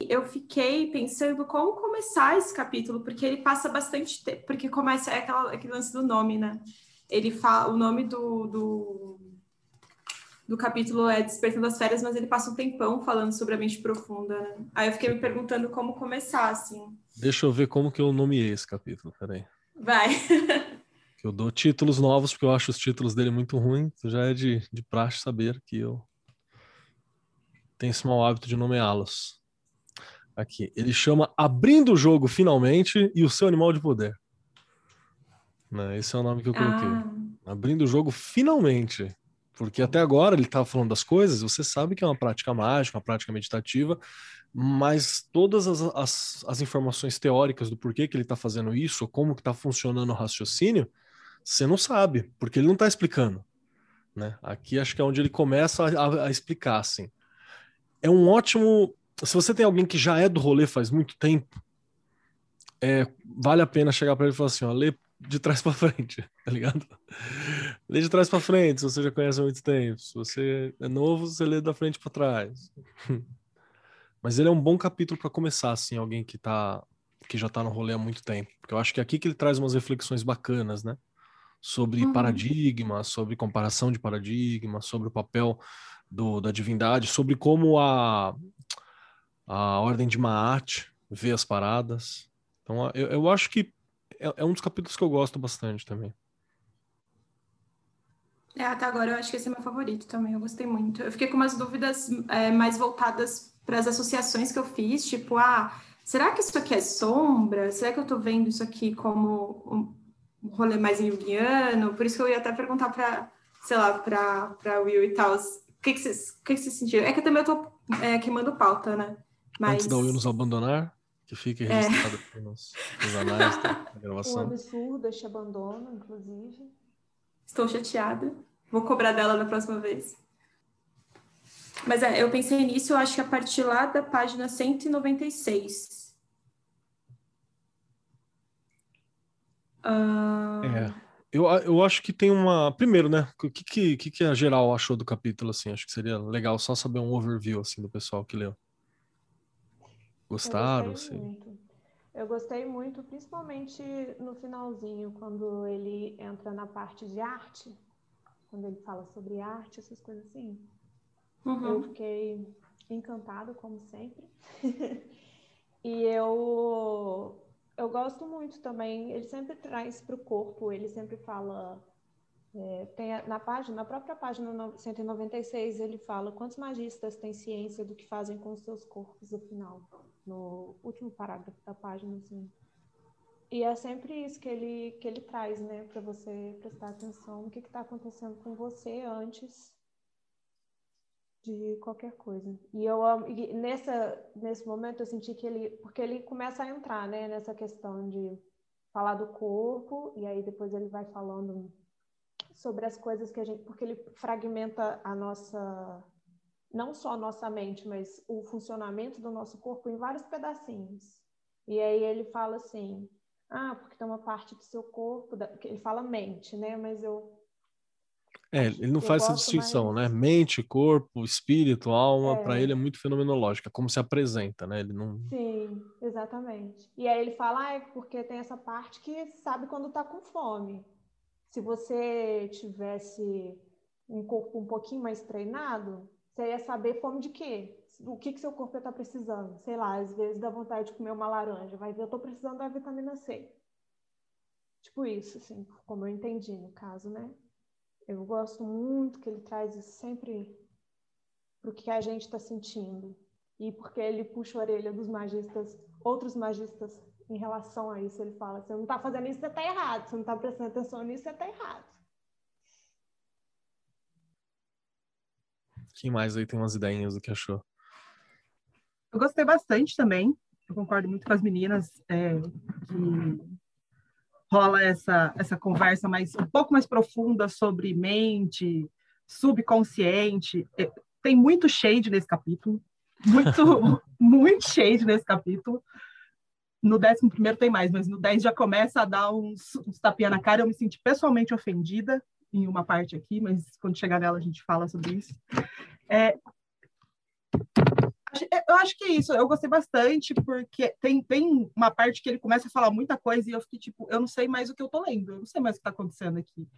eu fiquei pensando como começar esse capítulo, porque ele passa bastante tempo, porque começa aquele lance do nome, né? Ele fala, o nome do capítulo é Despertando as Férias, mas ele passa um tempão falando sobre a mente profunda, né? Aí eu fiquei me perguntando como começar, assim. Deixa eu ver como que eu nomeei esse capítulo, peraí. Vai. Que eu dou títulos novos, porque eu acho os títulos dele muito ruins. Já é de praxe saber que eu tenho esse mau hábito de nomeá-los. Aqui, ele chama Abrindo o Jogo Finalmente e o Seu Animal de Poder. Né? Esse é o nome que eu coloquei. Ah, Abrindo o jogo finalmente. Porque até agora ele estava falando das coisas, você sabe que é uma prática mágica, uma prática meditativa, mas todas as informações teóricas do porquê que ele está fazendo isso, ou como que está funcionando o raciocínio, você não sabe, porque ele não está explicando. Né? Aqui acho que é onde ele começa a explicar, assim. É um ótimo... Se você tem alguém que já é do rolê faz muito tempo, vale a pena chegar para ele e falar assim, ó, lê de trás para frente, tá ligado? Lê de trás para frente, se você já conhece há muito tempo. Se você é novo, você lê da frente para trás. Mas ele é um bom capítulo para começar, assim, alguém que já tá no rolê há muito tempo. Porque eu acho que é aqui que ele traz umas reflexões bacanas, né? Sobre uhum. paradigma, sobre comparação de paradigma, sobre o papel da divindade, sobre como a ordem de Maat vê as paradas. Então, eu acho que é um dos capítulos que eu gosto bastante também. Até agora eu acho que esse é meu favorito também, eu gostei muito. Eu fiquei com umas dúvidas mais voltadas para as associações que eu fiz, tipo, será que isso aqui é sombra? Será que eu tô vendo isso aqui como um rolê mais junguiano? Por isso que eu ia até perguntar para, sei lá, para Will e tal, o que vocês sentiram? É que também eu tô queimando pauta, né? Antes da Will nos Mas abandonar, que fique registrado aqui nos anais da Um gravação. absurdo este abandono, inclusive. estou chateada. Vou cobrar dela na próxima vez. Mas eu pensei nisso, eu acho que a partir lá da página 196. É, eu acho que tem uma. Primeiro, né? O que a geral achou do capítulo, assim? Acho que seria legal só saber um overview, assim, do pessoal que leu. Eu Gostaram? gostei muito. Eu gostei muito, principalmente no finalzinho, quando ele entra na parte de arte, quando ele fala sobre arte, essas coisas assim. Eu fiquei encantada, como sempre. E eu gosto muito também, ele sempre traz para o corpo, ele sempre fala... na própria página 196, ele fala quantos magistas têm ciência do que fazem com os seus corpos, no final, no último parágrafo da página, assim. E é sempre isso que ele traz, né, para você prestar atenção no que está acontecendo com você antes de qualquer coisa. E eu amo, e nesse momento eu senti porque ele começa a entrar, né, nessa questão de falar do corpo, e aí depois ele vai falando sobre as coisas que porque ele fragmenta não só a nossa mente, mas o funcionamento do nosso corpo em vários pedacinhos. E aí ele fala assim, porque tem uma parte do seu corpo, ele fala mente, né, mas Ele não eu faz essa gosto distinção, mais... né? Mente, corpo, espírito, alma, para ele é muito fenomenológica, como se apresenta, né? Ele não. Sim, exatamente. E aí ele fala, é porque tem essa parte que sabe quando tá com fome. Se você tivesse um corpo um pouquinho mais treinado, você ia saber fome de quê? O que seu corpo está precisando? Sei lá, às vezes dá vontade de comer uma laranja, vai ver, eu estou precisando da vitamina C. Tipo isso, assim, como eu entendi no caso, né? Eu gosto muito que ele traz isso sempre para o que a gente está sentindo. E porque ele puxa a orelha dos magistas, outros magistas, em relação a isso. Ele fala, você não está fazendo isso, você está errado. Você não está prestando atenção nisso, você está errado. Quem mais aí tem umas ideinhas do que achou? Eu gostei bastante também. Eu concordo muito com as meninas que rola essa conversa um pouco mais profunda sobre mente, subconsciente. Tem muito shade nesse capítulo. Muito shade nesse capítulo. No 11º tem mais, mas no 10 já começa a dar uns tapinha na cara. Eu me senti pessoalmente ofendida em uma parte aqui, mas quando chegar nela a gente fala sobre isso. Eu acho que é isso, eu gostei bastante, porque tem uma parte que ele começa a falar muita coisa e eu fiquei tipo, eu não sei mais o que eu tô lendo, eu não sei mais o que está acontecendo aqui.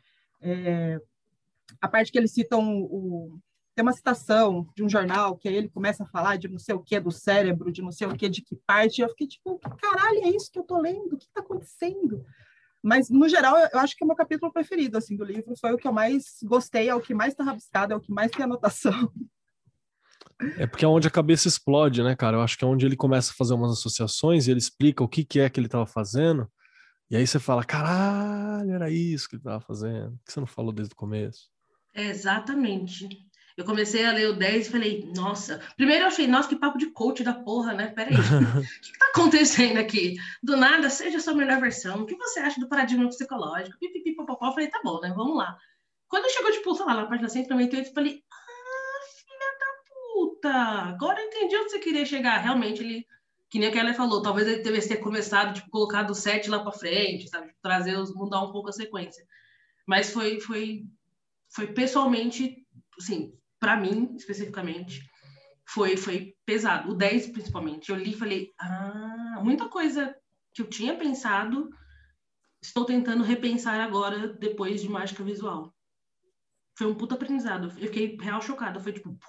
A parte que eles citam tem uma citação de um jornal que aí ele começa a falar de não sei o que do cérebro, de não sei o que, de que parte, e eu fiquei tipo, caralho, é isso que eu tô lendo? O que está acontecendo? Mas, no geral, eu acho que é o meu capítulo preferido assim, do livro, foi o que eu mais gostei, é o que mais está rabiscado, é o que mais tem anotação. É porque é onde a cabeça explode, né, cara? Eu acho que é onde ele começa a fazer umas associações e ele explica o que é que ele estava fazendo, e aí você fala, caralho, era isso que ele estava fazendo, por que você não falou desde o começo? Exatamente. Eu comecei a ler o 10 e falei, nossa. Primeiro eu achei, nossa, que papo de coach da porra, né? Peraí, o que tá acontecendo aqui? Do nada, seja a sua melhor versão. O que você acha do paradigma psicológico? Pipipipopopó. Eu falei, tá bom, né? Vamos lá. Quando chegou, tipo, sei lá, na página 198, eu falei, filha da puta! Agora eu entendi onde você queria chegar. Realmente, ele, que nem a Kelly falou, talvez ele devesse ter começado, tipo, colocado o 7 lá pra frente, sabe? Trazer mudar um pouco a sequência. Mas foi pessoalmente, assim, para mim, especificamente, foi pesado. O 10, principalmente. Eu li e falei, muita coisa que eu tinha pensado, estou tentando repensar agora, depois de Mágica Visual. Foi um puta aprendizado. Eu fiquei real chocada. Foi tipo...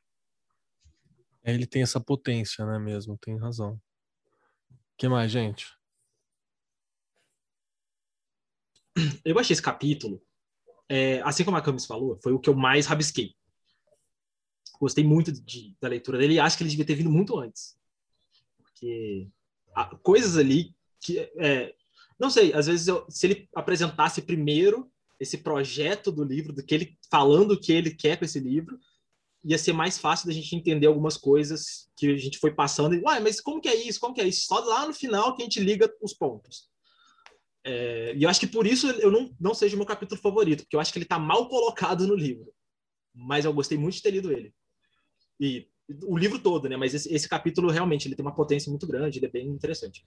Ele tem essa potência, né, mesmo, tem razão. O que mais, gente? Eu achei esse capítulo, assim como a Camis falou, foi o que eu mais rabisquei. Gostei muito da leitura dele e acho que ele devia ter vindo muito antes. Porque coisas ali que... não sei, às vezes se ele apresentasse primeiro esse projeto do livro, do que ele falando o que ele quer com esse livro, ia ser mais fácil da gente entender algumas coisas que a gente foi passando e, mas como que é isso? Como que é isso? Só lá no final que a gente liga os pontos. E eu acho que por isso eu não seja o meu capítulo favorito, porque eu acho que ele está mal colocado no livro. Mas eu gostei muito de ter lido ele. E o livro todo, né? Mas esse capítulo realmente ele tem uma potência muito grande, ele é bem interessante.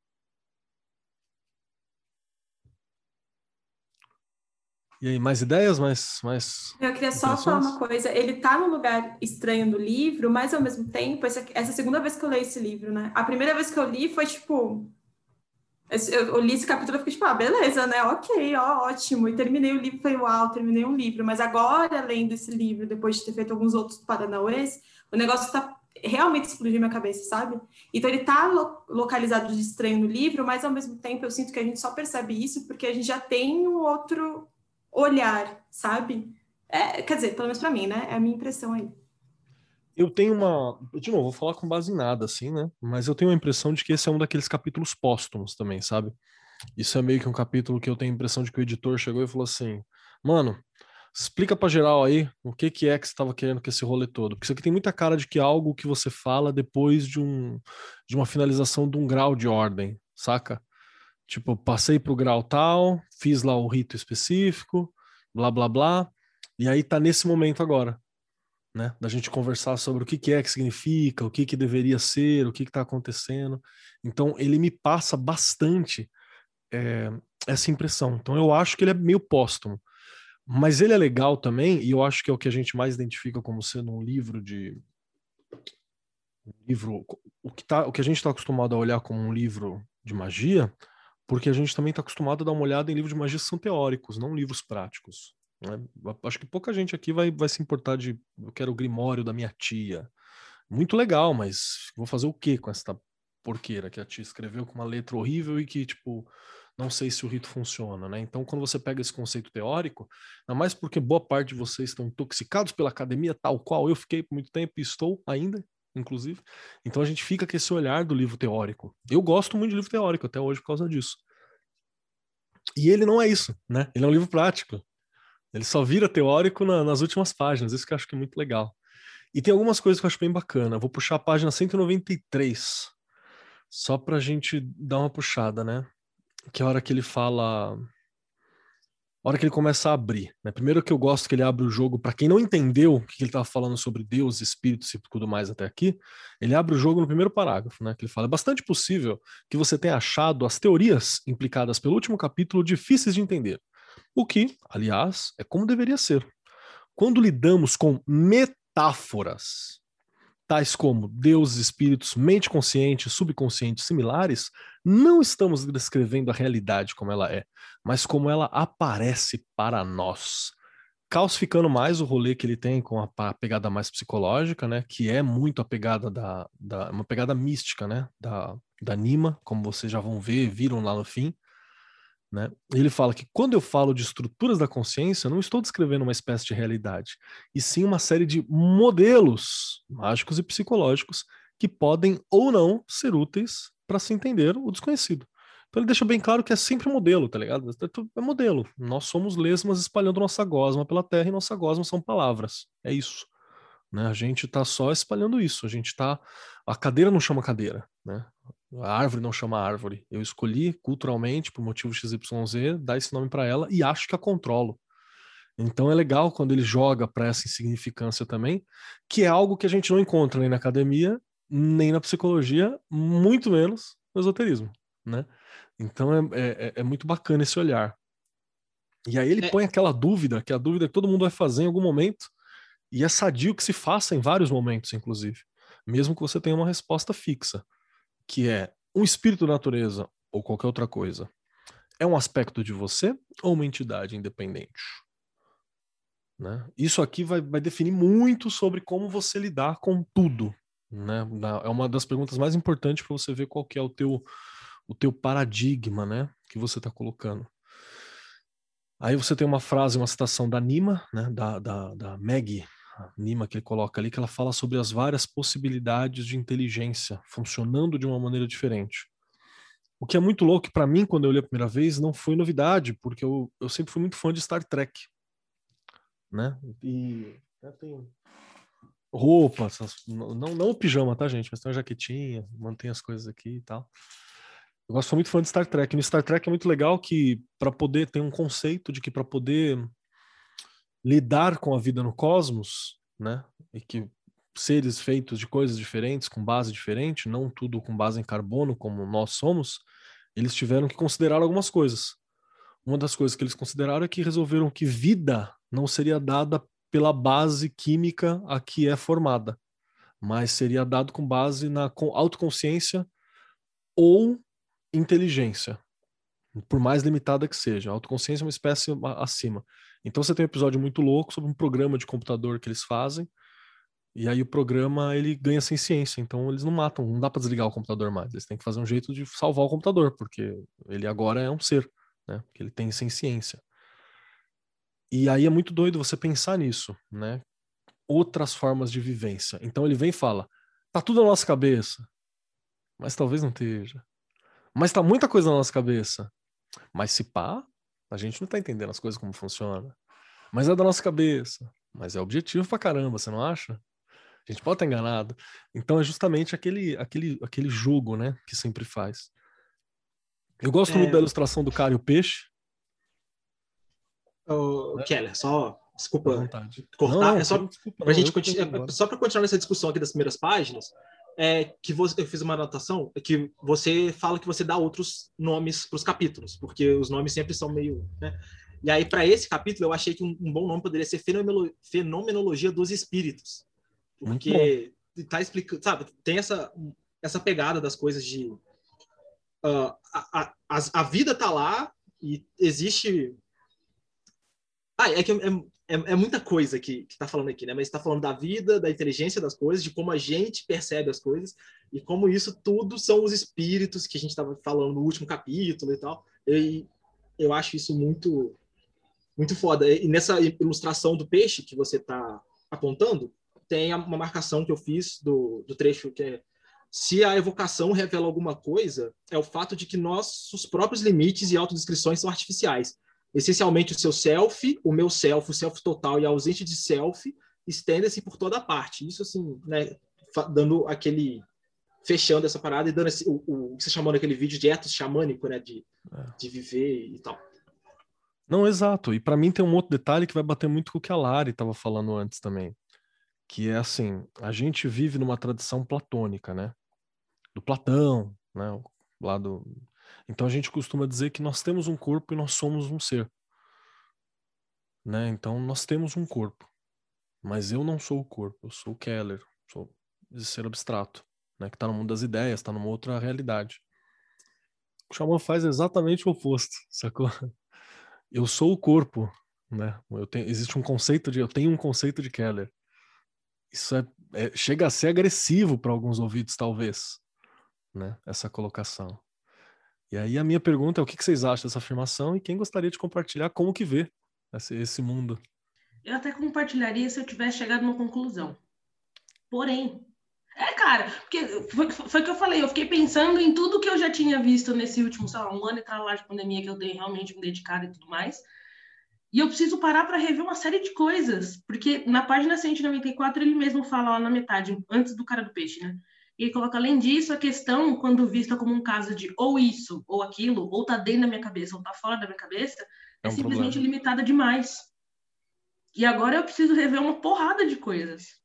E aí, mais ideias? Eu queria só falar uma coisa. Ele tá num lugar estranho do livro, mas ao mesmo tempo, essa é a segunda vez que eu leio esse livro, né? A primeira vez que eu li foi tipo... Eu li esse capítulo e fiquei tipo, beleza, né? Ok, ótimo. E terminei o livro e falei, uau, terminei um livro. Mas agora, lendo esse livro, depois de ter feito alguns outros paranauês, o negócio tá realmente explodindo minha cabeça, sabe? Então ele tá localizado de estranho no livro, mas ao mesmo tempo eu sinto que a gente só percebe isso porque a gente já tem um outro olhar, sabe? Quer dizer, pelo menos pra mim, né? É a minha impressão aí. Eu tenho de novo, vou falar com base em nada, assim, né? Mas eu tenho a impressão de que esse é um daqueles capítulos póstumos também, sabe? Isso é meio que um capítulo que eu tenho a impressão de que o editor chegou e falou assim, mano, explica pra geral aí o que é que você estava querendo com esse rolê todo. Porque isso aqui tem muita cara de que é algo que você fala depois de uma finalização de um grau de ordem, saca? Tipo, passei pro grau tal, fiz lá o rito específico, blá, blá, blá, e aí tá nesse momento agora, né? Da gente conversar sobre o que é que significa, o que deveria ser, o que tá acontecendo. Então, ele me passa bastante essa impressão. Então, eu acho que ele é meio póstumo. Mas ele é legal também, e eu acho que é o que a gente mais identifica como sendo um livro o que a gente está acostumado a olhar como um livro de magia, porque a gente também está acostumado a dar uma olhada em livros de magia que são teóricos, não livros práticos, né? Acho que pouca gente aqui vai se importar eu quero o Grimório da minha tia. Muito legal, mas vou fazer o que com essa porqueira que a tia escreveu com uma letra horrível e que, tipo, não sei se o rito funciona, né? Então, quando você pega esse conceito teórico, ainda mais porque boa parte de vocês estão intoxicados pela academia, tal qual eu fiquei por muito tempo e estou ainda, inclusive. Então, a gente fica com esse olhar do livro teórico. Eu gosto muito de livro teórico até hoje por causa disso. E ele não é isso, né? Ele é um livro prático. Ele só vira teórico nas últimas páginas, isso que eu acho que é muito legal. E tem algumas coisas que eu acho bem bacana. Vou puxar a página 193, só pra gente dar uma puxada, né? Que é a hora que ele fala... A hora que ele começa a abrir, né? Primeiro que eu gosto que ele abre o jogo, para quem não entendeu o que ele estava falando sobre Deus, espíritos e tudo mais até aqui, ele abre o jogo no primeiro parágrafo, né? Que ele fala, é bastante possível que você tenha achado as teorias implicadas pelo último capítulo difíceis de entender. O que, aliás, é como deveria ser. Quando lidamos com metáforas, tais como deuses, espíritos, mente consciente, subconsciente similares, não estamos descrevendo a realidade como ela é, mas como ela aparece para nós. Calcificando mais o rolê que ele tem com a pegada mais psicológica, né? Que é muito a pegada uma pegada mística, né? Da Nima, como vocês já vão ver, viram lá no fim. Né? Ele fala que quando eu falo de estruturas da consciência, não estou descrevendo uma espécie de realidade, e sim uma série de modelos mágicos e psicológicos que podem ou não ser úteis para se entender o desconhecido. Então ele deixa bem claro que é sempre modelo, tá ligado? É modelo. Nós somos lesmas espalhando nossa gosma pela terra e nossa gosma são palavras. É isso. Né? A gente está só espalhando isso. A cadeira não chama cadeira, né? A árvore não chama árvore. Eu escolhi culturalmente, por motivo XYZ, dar esse nome para ela e acho que a controlo. Então é legal quando ele joga para essa insignificância também, que é algo que a gente não encontra nem na academia, nem na psicologia, muito menos no esoterismo, né? Então é muito bacana esse olhar. E aí ele põe aquela dúvida, que é a dúvida que todo mundo vai fazer em algum momento, e é sadio que se faça em vários momentos, inclusive, mesmo que você tenha uma resposta fixa, que é um espírito da natureza ou qualquer outra coisa. É um aspecto de você ou uma entidade independente? Né? Isso aqui vai definir muito sobre como você lidar com tudo. Né? É uma das perguntas mais importantes para você ver qual que é o teu paradigma, né, que você está colocando. Aí você tem uma frase, uma citação da Nima, né, da Maggie Nima, que ele coloca ali, que ela fala sobre as várias possibilidades de inteligência funcionando de uma maneira diferente. O que é muito louco, para mim, quando eu li a primeira vez, não foi novidade, porque eu sempre fui muito fã de Star Trek. Né? E tem roupa, não o pijama, tá, gente? Mas tem uma jaquetinha, mantém as coisas aqui e tal. Eu sou muito fã de Star Trek. No Star Trek é muito legal que, para poder, tem um conceito de que para poder lidar com a vida no cosmos, né? E que seres feitos de coisas diferentes, com base diferente, não tudo com base em carbono, como nós somos, eles tiveram que considerar algumas coisas. Uma das coisas que eles consideraram é que resolveram que vida não seria dada pela base química a que é formada, mas seria dado com base na autoconsciência ou inteligência, por mais limitada que seja. A autoconsciência é uma espécie acima. Então você tem um episódio muito louco sobre um programa de computador que eles fazem, e aí o programa ele ganha ciência, então eles não matam, não dá para desligar o computador mais, eles têm que fazer um jeito de salvar o computador, porque ele agora é um ser, né? Porque ele tem ciência. E aí é muito doido você pensar nisso, né? Outras formas de vivência. Então ele vem e fala, tá tudo na nossa cabeça, mas talvez não esteja. Mas tá muita coisa na nossa cabeça. Mas se pá, a gente não tá entendendo as coisas como funcionam. Mas é da nossa cabeça. Mas é objetivo pra caramba, você não acha? A gente pode estar enganado. Então é justamente aquele jogo, né, que sempre faz. Eu gosto muito da ilustração do cara e o peixe. Né? Keller, só desculpa cortar, é só para gente só para continuar nessa discussão aqui das primeiras páginas, eu fiz uma anotação que você fala que você dá outros nomes para os capítulos, porque os nomes sempre são meio, né? E aí para esse capítulo eu achei que um bom nome poderia ser Fenomenologia dos Espíritos, porque tá explicando, sabe, tem essa pegada das coisas de a vida tá lá e existe é muita coisa que está falando aqui, né? Mas está falando da vida, da inteligência das coisas, de como a gente percebe as coisas e como isso tudo são os espíritos que a gente estava falando no último capítulo e tal. E eu acho isso muito, muito foda. E nessa ilustração do peixe que você está apontando, tem uma marcação que eu fiz do trecho que é: se a evocação revela alguma coisa, é o fato de que nossos próprios limites e autodescrições são artificiais. Essencialmente o seu self, o meu self, o self total e a ausência de self estendem-se por toda a parte. Isso assim, né, dando aquele fechando essa parada e dando o que você chamou naquele vídeo de ethos xamânico, né, de viver e tal. Não, exato. E para mim tem um outro detalhe que vai bater muito com o que a Lari estava falando antes também, que é assim, a gente vive numa tradição platônica, né? Do Platão, né? Então a gente costuma dizer que nós temos um corpo e nós somos um ser. Né? Então nós temos um corpo. Mas eu não sou o corpo, eu sou o Keller. de ser abstrato, né? Que está no mundo das ideias, está numa outra realidade. O xamã faz exatamente o oposto, sacou? Eu sou o corpo, né? Existe um conceito eu tenho um conceito de Keller. Isso chega a ser agressivo para alguns ouvidos, talvez, né? Essa colocação. E aí a minha pergunta é o que vocês acham dessa afirmação e quem gostaria de compartilhar como que vê esse mundo? Eu até compartilharia se eu tivesse chegado numa conclusão. Porém, cara, porque foi o que eu falei, eu fiquei pensando em tudo que eu já tinha visto nesse último, sei lá, um ano e tal lá de pandemia que eu tenho realmente me dedicado e tudo mais. E eu preciso parar para rever uma série de coisas, porque na página 194 ele mesmo fala lá na metade, antes do cara do peixe, né? E ele coloca, além disso, a questão, quando vista como um caso de ou isso, ou aquilo, ou tá dentro da minha cabeça, ou tá fora da minha cabeça, é um simplesmente problema. limitada demais. E agora eu preciso rever uma porrada de coisas.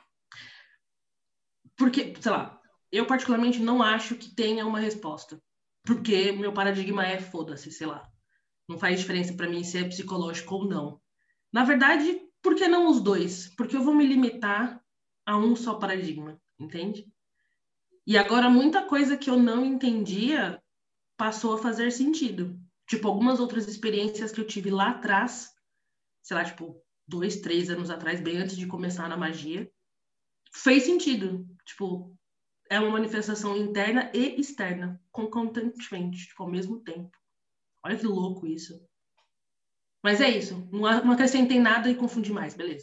Porque, sei lá, eu particularmente não acho que tenha uma resposta. Porque meu paradigma é foda-se, sei lá. Não faz diferença para mim se é psicológico ou não. Na verdade, por que não os dois? Porque eu vou me limitar a um só paradigma, entende? E agora muita coisa que eu não entendia passou a fazer sentido. Tipo, algumas outras experiências que eu tive lá atrás, sei lá, tipo, 2, 3 anos atrás, bem antes de começar na magia, fez sentido. Tipo, é uma manifestação interna e externa, concomitantemente, tipo, ao mesmo tempo. Olha que louco isso. Mas é isso. Não acrescentei nada e confundi mais, beleza.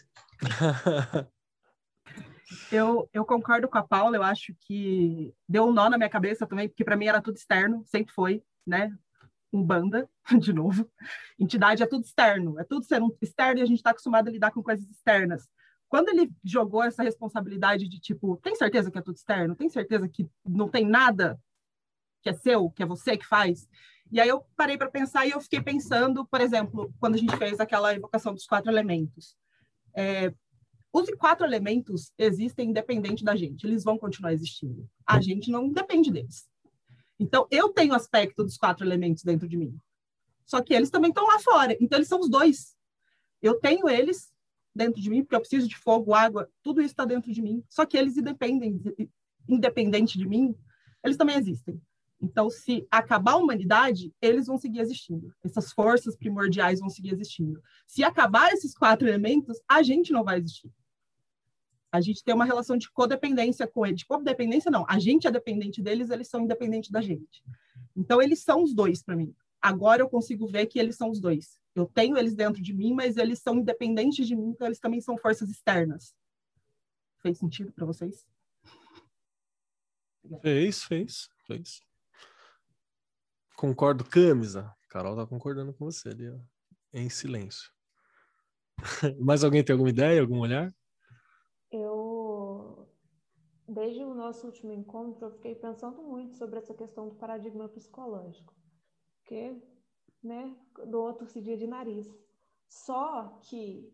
Eu concordo com a Paula, eu acho que deu um nó na minha cabeça também, porque para mim era tudo externo, sempre foi, né? Umbanda, de novo. Entidade é tudo externo, é tudo sendo externo e a gente está acostumado a lidar com coisas externas. Quando ele jogou essa responsabilidade de tipo, tem certeza que é tudo externo? Tem certeza que não tem nada que é seu, que é você que faz? E aí eu parei para pensar e eu fiquei pensando, por exemplo, quando a gente fez aquela evocação dos 4 elementos. Os 4 elementos existem independente da gente, eles vão continuar existindo. A gente não depende deles. Então, eu tenho aspecto dos 4 elementos dentro de mim. Só que eles também estão lá fora. Então, eles são os dois. Eu tenho eles dentro de mim, porque eu preciso de fogo, água, tudo isso está dentro de mim. Só que eles independente de mim, eles também existem. Então, se acabar a humanidade, eles vão seguir existindo. Essas forças primordiais vão seguir existindo. Se acabar esses 4 elementos, a gente não vai existir. A gente tem uma relação de codependência com eles. De codependência, não. A gente é dependente deles, eles são independentes da gente. Então, eles são os dois para mim. Agora eu consigo ver que eles são os dois. Eu tenho eles dentro de mim, mas eles são independentes de mim, então eles também são forças externas. Fez sentido para vocês? Fez. Concordo, Camisa. Carol tá concordando com você ali, ó, em silêncio. Mais alguém tem alguma ideia, algum olhar? Desde o nosso último encontro, eu fiquei pensando muito sobre essa questão do paradigma psicológico. Porque, né, do outro torcidinha de nariz. Só que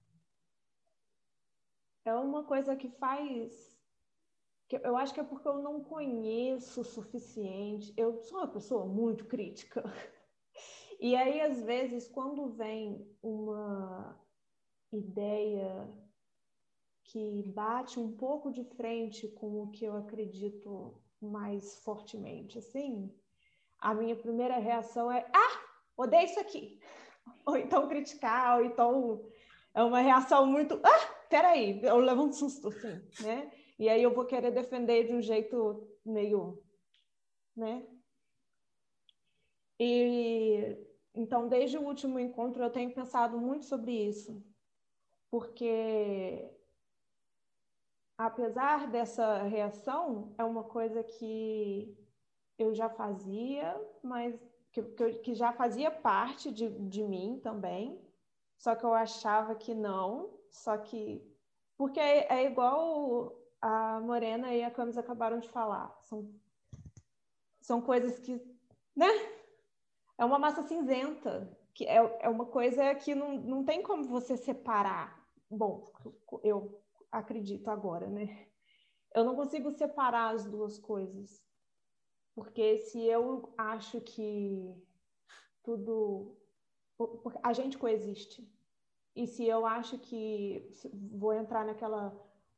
é uma coisa que faz... Eu acho que é porque eu não conheço o suficiente. Eu sou uma pessoa muito crítica. E aí, às vezes, quando vem uma ideia que bate um pouco de frente com o que eu acredito mais fortemente, assim, a minha primeira reação é: odeio isso aqui. Ou então criticar, ou então é uma reação muito: peraí, eu levo um susto, assim, né? E aí eu vou querer defender de um jeito meio, né? E então, desde o último encontro, eu tenho pensado muito sobre isso, porque apesar dessa reação, é uma coisa que eu já fazia, mas que já fazia parte de mim também, só que eu achava que não, só que... Porque é igual a Morena e a Camis acabaram de falar, são coisas que, né? É uma massa cinzenta, que é uma coisa que não tem como você separar. Bom, eu acredito agora, né? Eu não consigo separar as duas coisas. Porque se eu acho que tudo... A gente coexiste. E se eu acho que... Vou entrar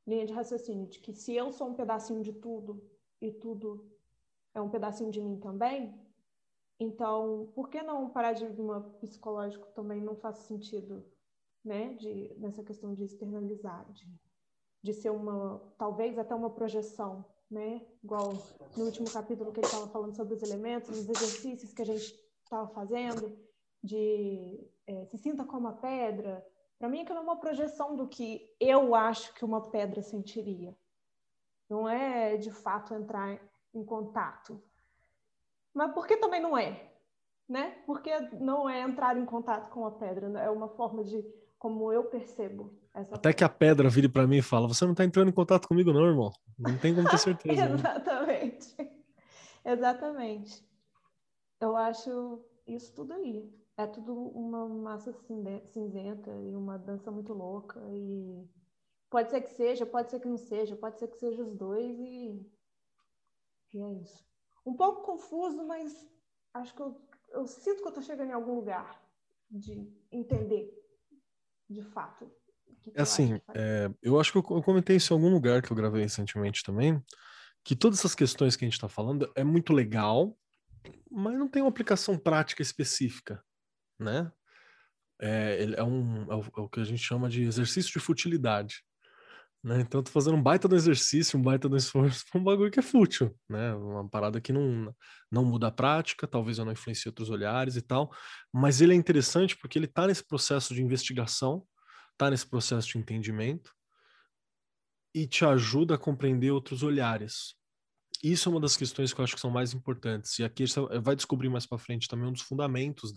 linha de raciocínio de que se eu sou um pedacinho de tudo e tudo é um pedacinho de mim também, então por que não um paradigma psicológico também não faz sentido, né? Nessa questão de externalizar, de ser talvez até uma projeção, né? Igual no último capítulo que ele estava falando sobre os elementos, os exercícios que a gente estava fazendo, se sinta como a pedra. Para mim, aquilo é uma projeção do que eu acho que uma pedra sentiria. Não é, de fato, entrar em contato. Mas por que também não é? Né? Porque não é entrar em contato com a pedra. É uma forma de como eu percebo essa Até que a pedra vire para mim e fala, você não tá entrando em contato comigo não, irmão. Não tem como ter certeza. Exatamente. Exatamente. Eu acho isso tudo aí. É tudo uma massa cinzenta e uma dança muito louca. E pode ser que seja, pode ser que não seja, pode ser que seja os dois e é isso. Um pouco confuso, mas acho que eu sinto que eu estou chegando em algum lugar de entender, de fato. É assim, eu acho que eu comentei isso em algum lugar que eu gravei recentemente também, que todas essas questões que a gente está falando é muito legal, mas não tem uma aplicação prática específica, né? É o que a gente chama de exercício de futilidade, né? Então, eu tô fazendo um baita do exercício, um baita do esforço pra um bagulho que é fútil, né? Uma parada que não muda a prática, talvez eu não influencie outros olhares e tal, mas ele é interessante porque ele tá nesse processo de investigação, tá nesse processo de entendimento e te ajuda a compreender outros olhares. Isso é uma das questões que eu acho que são mais importantes. E aqui você vai descobrir mais para frente também um dos fundamentos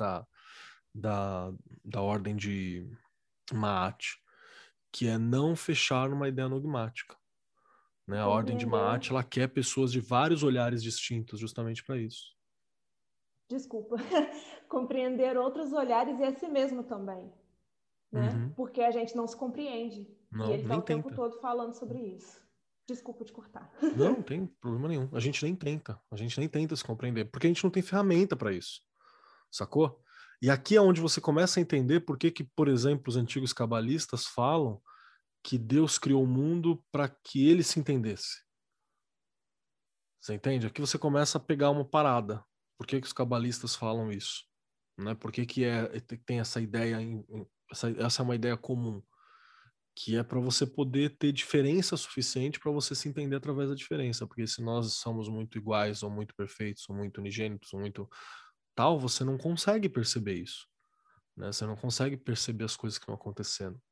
da ordem de Maat, que é não fechar numa ideia dogmática. Né? A ordem de Maat, ela quer pessoas de vários olhares distintos justamente para isso. Desculpa. Compreender outros olhares e a si mesmo também. Né? Uhum. Porque a gente não se compreende. Não, e ele está o tempo tenta. todo falando sobre isso. Desculpa te cortar. Não tem problema nenhum. A gente nem tenta se compreender, porque a gente não tem ferramenta para isso. Sacou? E aqui é onde você começa a entender por que, por exemplo, os antigos cabalistas falam que Deus criou o mundo para que ele se entendesse. Você entende? Aqui você começa a pegar uma parada. Por que os cabalistas falam isso? Né? Por que tem essa ideia, essa é uma ideia comum, que é para você poder ter diferença suficiente para você se entender através da diferença, porque se nós somos muito iguais, ou muito perfeitos, ou muito unigênitos, ou muito tal, você não consegue perceber isso, né? Você não consegue perceber as coisas que estão acontecendo.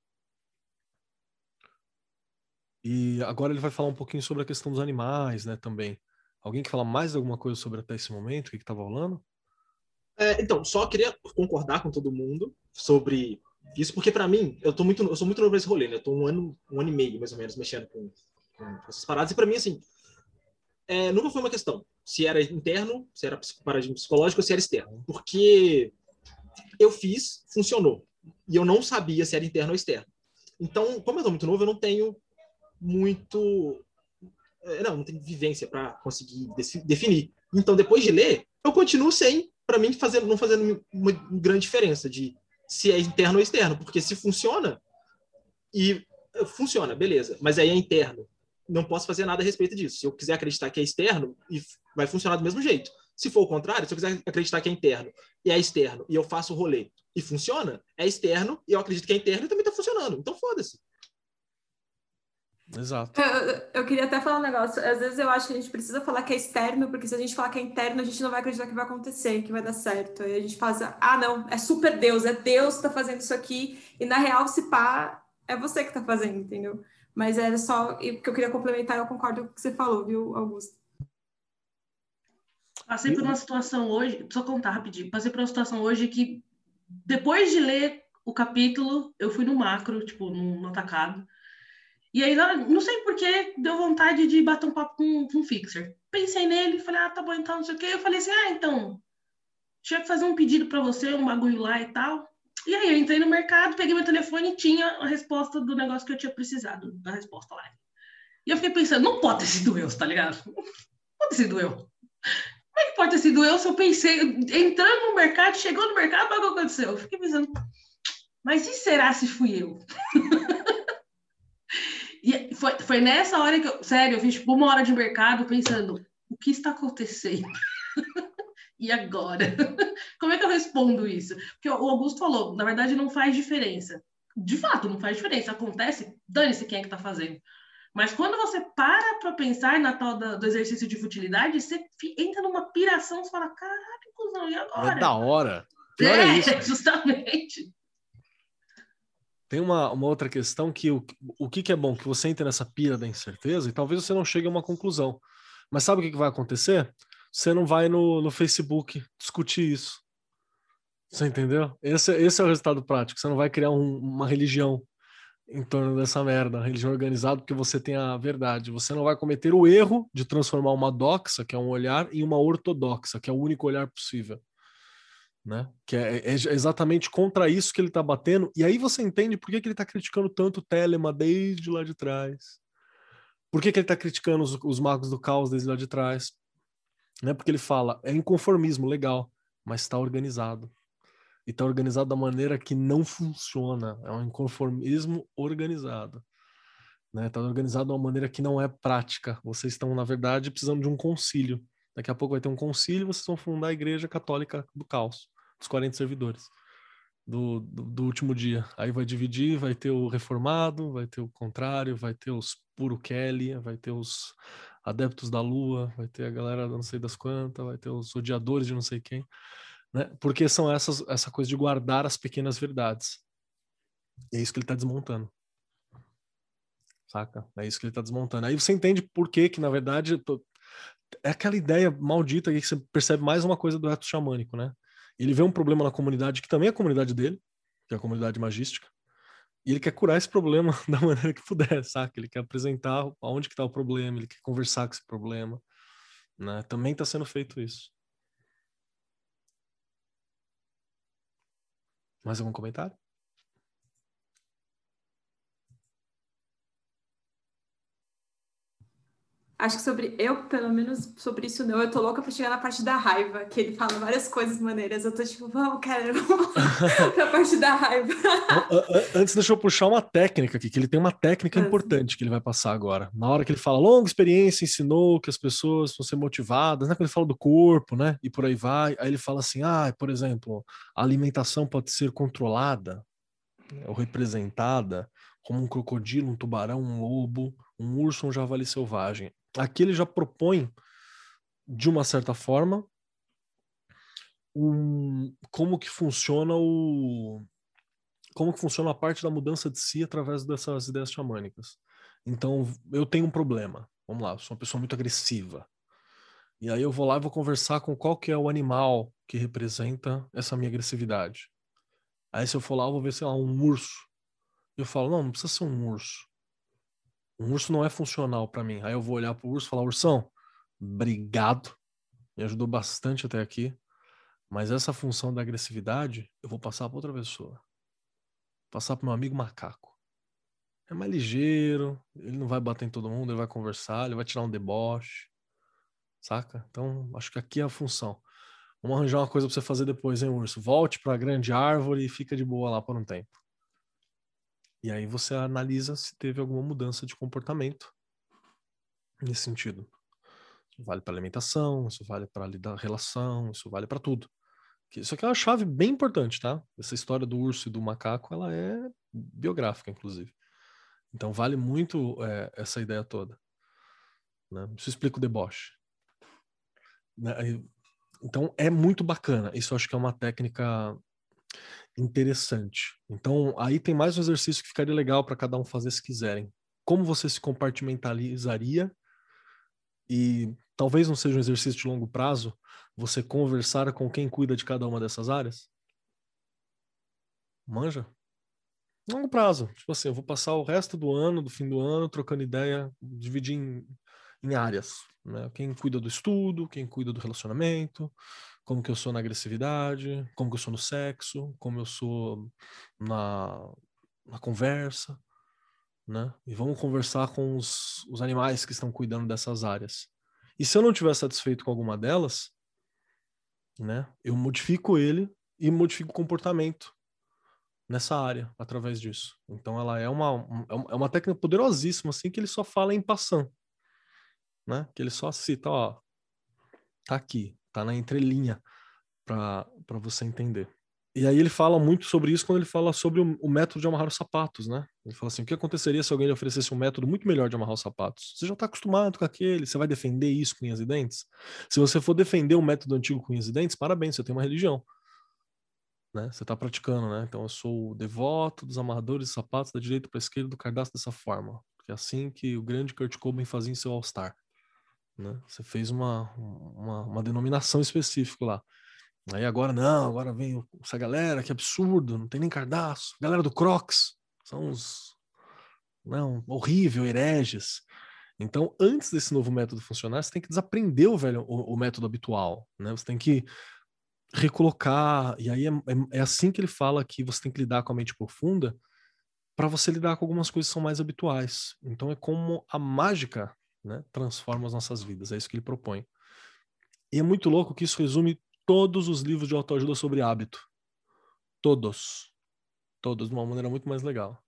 E agora ele vai falar um pouquinho sobre a questão dos animais, né, também. Alguém que fala mais alguma coisa sobre até esse momento, o que estava rolando? Então, só queria concordar com todo mundo sobre isso, porque para mim, eu sou muito novo nesse rolê, né? Eu tô um ano e meio, mais ou menos, mexendo com essas paradas, e para mim, assim, nunca foi uma questão se era interno, se era paradigma psicológico ou se era externo, porque eu fiz, funcionou, e eu não sabia se era interno ou externo. Então, como eu tô muito novo, eu não tenho não tenho vivência para conseguir definir. Então, depois de ler, eu continuo sem, para mim, não fazendo uma grande diferença de se é interno ou externo, porque se funciona, beleza, mas aí é interno. Não posso fazer nada a respeito disso. Se eu quiser acreditar que é externo, vai funcionar do mesmo jeito. Se for o contrário, se eu quiser acreditar que é interno e é externo, e eu faço o rolê e funciona, é externo, e eu acredito que é interno e também tá funcionando. Então, foda-se. Exato. Eu queria até falar um negócio. Às vezes eu acho que a gente precisa falar que é externo, porque se a gente falar que é interno, a gente não vai acreditar que vai acontecer, que vai dar certo. Aí a gente fala, não, é super Deus, é Deus que tá fazendo isso aqui, e na real, se pá, é você que tá fazendo, entendeu? Mas era só o que eu queria complementar, eu concordo com o que você falou, viu, Augusto? Passei por uma situação hoje, só contar rapidinho, passei por uma situação hoje que, depois de ler o capítulo, eu fui no macro, tipo, no atacado, e aí, não sei por que, deu vontade de bater um papo com um fixer. Pensei nele, falei, tá bom, então, não sei o quê. Eu falei assim, então, tinha que fazer um pedido pra você, um bagulho lá e tal. E aí, eu entrei no mercado, peguei meu telefone e tinha a resposta do negócio que eu tinha precisado, da resposta lá. E eu fiquei pensando, não pode ter sido eu, tá ligado? Não pode ter sido eu. Como é que pode ter sido eu se eu pensei, entrando no mercado, chegou no mercado, o bagulho aconteceu? Eu fiquei pensando, mas e será se fui eu? E Foi nessa hora que sério, eu fiz tipo 1 hora de mercado pensando, o que está acontecendo? E agora? Como é que eu respondo isso? Porque o Augusto falou, na verdade não faz diferença. De fato, não faz diferença. Acontece, dane-se quem é que está fazendo. Mas quando você para pensar na tal do exercício de futilidade, você entra numa piração, você fala, caralho, cuzão, e agora? É da hora. Pior é isso. Justamente. Tem uma outra questão que o que é bom? Que você entre nessa pira da incerteza e talvez você não chegue a uma conclusão. Mas sabe o que vai acontecer? Você não vai no Facebook discutir isso. Você entendeu? Esse é o resultado prático. Você não vai criar uma religião em torno dessa merda, uma religião organizada, porque você tem a verdade. Você não vai cometer o erro de transformar uma doxa, que é um olhar, em uma ortodoxa, que é o único olhar possível. Né? Que é exatamente contra isso que ele está batendo. E aí você entende por que ele está criticando tanto o Telema desde lá de trás. Por que ele está criticando os magos do caos desde lá de trás. Né? Porque ele fala, é inconformismo, legal, mas está organizado. E está organizado da maneira que não funciona. É um inconformismo organizado. Está organizado de uma maneira que não é prática. Vocês estão, na verdade, precisando de um concílio. Daqui a pouco vai ter um concílio e vocês vão fundar a Igreja Católica do Caos, dos 40 servidores do último dia. Aí vai dividir, vai ter o reformado, vai ter o contrário, vai ter os puro Kelly, vai ter os adeptos da lua, vai ter a galera não sei das quantas, vai ter os odiadores de não sei quem. Né? Porque são essa coisa de guardar as pequenas verdades. E é isso que ele está desmontando. Saca? É isso que ele está desmontando. Aí você entende por que na verdade, é aquela ideia maldita que você percebe mais uma coisa do eto xamânico, né? Ele vê um problema na comunidade, que também é a comunidade dele, que é a comunidade magística, e ele quer curar esse problema da maneira que puder, saca? Ele quer apresentar aonde que está o problema, ele quer conversar com esse problema, né? Também está sendo feito isso. Mais algum comentário? Acho que pelo menos sobre isso não, eu tô louca pra chegar na parte da raiva, que ele fala várias coisas maneiras, eu tô tipo, vamos, cara, vamos pra parte da raiva. Antes, deixa eu puxar uma técnica aqui, que ele tem uma técnica importante que ele vai passar agora. Na hora que ele fala, longa experiência ensinou que as pessoas vão ser motivadas, né? Quando ele fala do corpo, né? E por aí vai, aí ele fala assim, por exemplo, a alimentação pode ser controlada, ou representada como um crocodilo, um tubarão, um lobo, um urso, um javali selvagem. Aqui ele já propõe, de uma certa forma, como que funciona a parte da mudança de si através dessas ideias xamânicas. Então, eu tenho um problema. Vamos lá, eu sou uma pessoa muito agressiva. E aí eu vou lá e vou conversar com qual que é o animal que representa essa minha agressividade. Aí se eu for lá, eu vou ver, sei lá, um urso. Eu falo, não precisa ser um urso. Um urso não é funcional para mim. Aí eu vou olhar pro urso e falar, ursão, obrigado, me ajudou bastante até aqui, mas essa função da agressividade eu vou passar para outra pessoa. Passar para meu amigo macaco. É mais ligeiro, ele não vai bater em todo mundo, ele vai conversar, ele vai tirar um deboche, saca? Então, acho que aqui é a função. Vamos arranjar uma coisa para você fazer depois, hein, urso? Volte para a grande árvore e fica de boa lá por um tempo. E aí você analisa se teve alguma mudança de comportamento nesse sentido. Isso vale para alimentação, isso vale para lidar relação, isso vale para tudo. Isso aqui é uma chave bem importante, tá? Essa história do urso e do macaco, ela é biográfica, inclusive. Então vale muito essa ideia toda. Né? Isso explica o deboche. Né? Então é muito bacana. Isso eu acho que é uma técnica interessante. Então aí tem mais um exercício que ficaria legal para cada um fazer se quiserem. Como você se compartimentalizaria e talvez não seja um exercício de longo prazo você conversar com quem cuida de cada uma dessas áreas? Manja? Longo prazo. Tipo assim, eu vou passar o resto do ano, do fim do ano, trocando ideia, dividir em áreas. Né? Quem cuida do estudo, quem cuida do relacionamento, como que eu sou na agressividade, como que eu sou no sexo, como eu sou na conversa. Né? E vamos conversar com os animais que estão cuidando dessas áreas. E se eu não estiver satisfeito com alguma delas, né, eu modifico ele e modifico o comportamento nessa área através disso. Então ela é uma técnica poderosíssima, assim, que ele só fala em passant, né? Que ele só cita, ó, tá aqui, tá na entrelinha para você entender. E aí ele fala muito sobre isso quando ele fala sobre o método de amarrar os sapatos, né? Ele fala assim, o que aconteceria se alguém lhe oferecesse um método muito melhor de amarrar os sapatos? Você já está acostumado com aquele, você vai defender isso com unhas e dentes? Se você for defender o método antigo com unhas e dentes, parabéns, você tem uma religião. Né? Você está praticando, né? Então eu sou o devoto dos amarradores de sapatos da direita para a esquerda do cardápio dessa forma. Porque é assim que o grande Kurt Cobain fazia em seu All Star. Né? Você fez uma denominação específica lá. Aí agora não, agora vem essa galera, que absurdo, não tem nem cardaço. Galera do Crocs, são os não, horrível, hereges. Então, antes desse novo método funcionar, você tem que desaprender o método habitual. Né? Você tem que recolocar, e aí é assim que ele fala que você tem que lidar com a mente profunda para você lidar com algumas coisas que são mais habituais. Então é como a mágica, né, transforma as nossas vidas, é isso que ele propõe. E é muito louco que isso resume todos os livros de autoajuda sobre hábito. Todos. Todos, de uma maneira muito mais legal.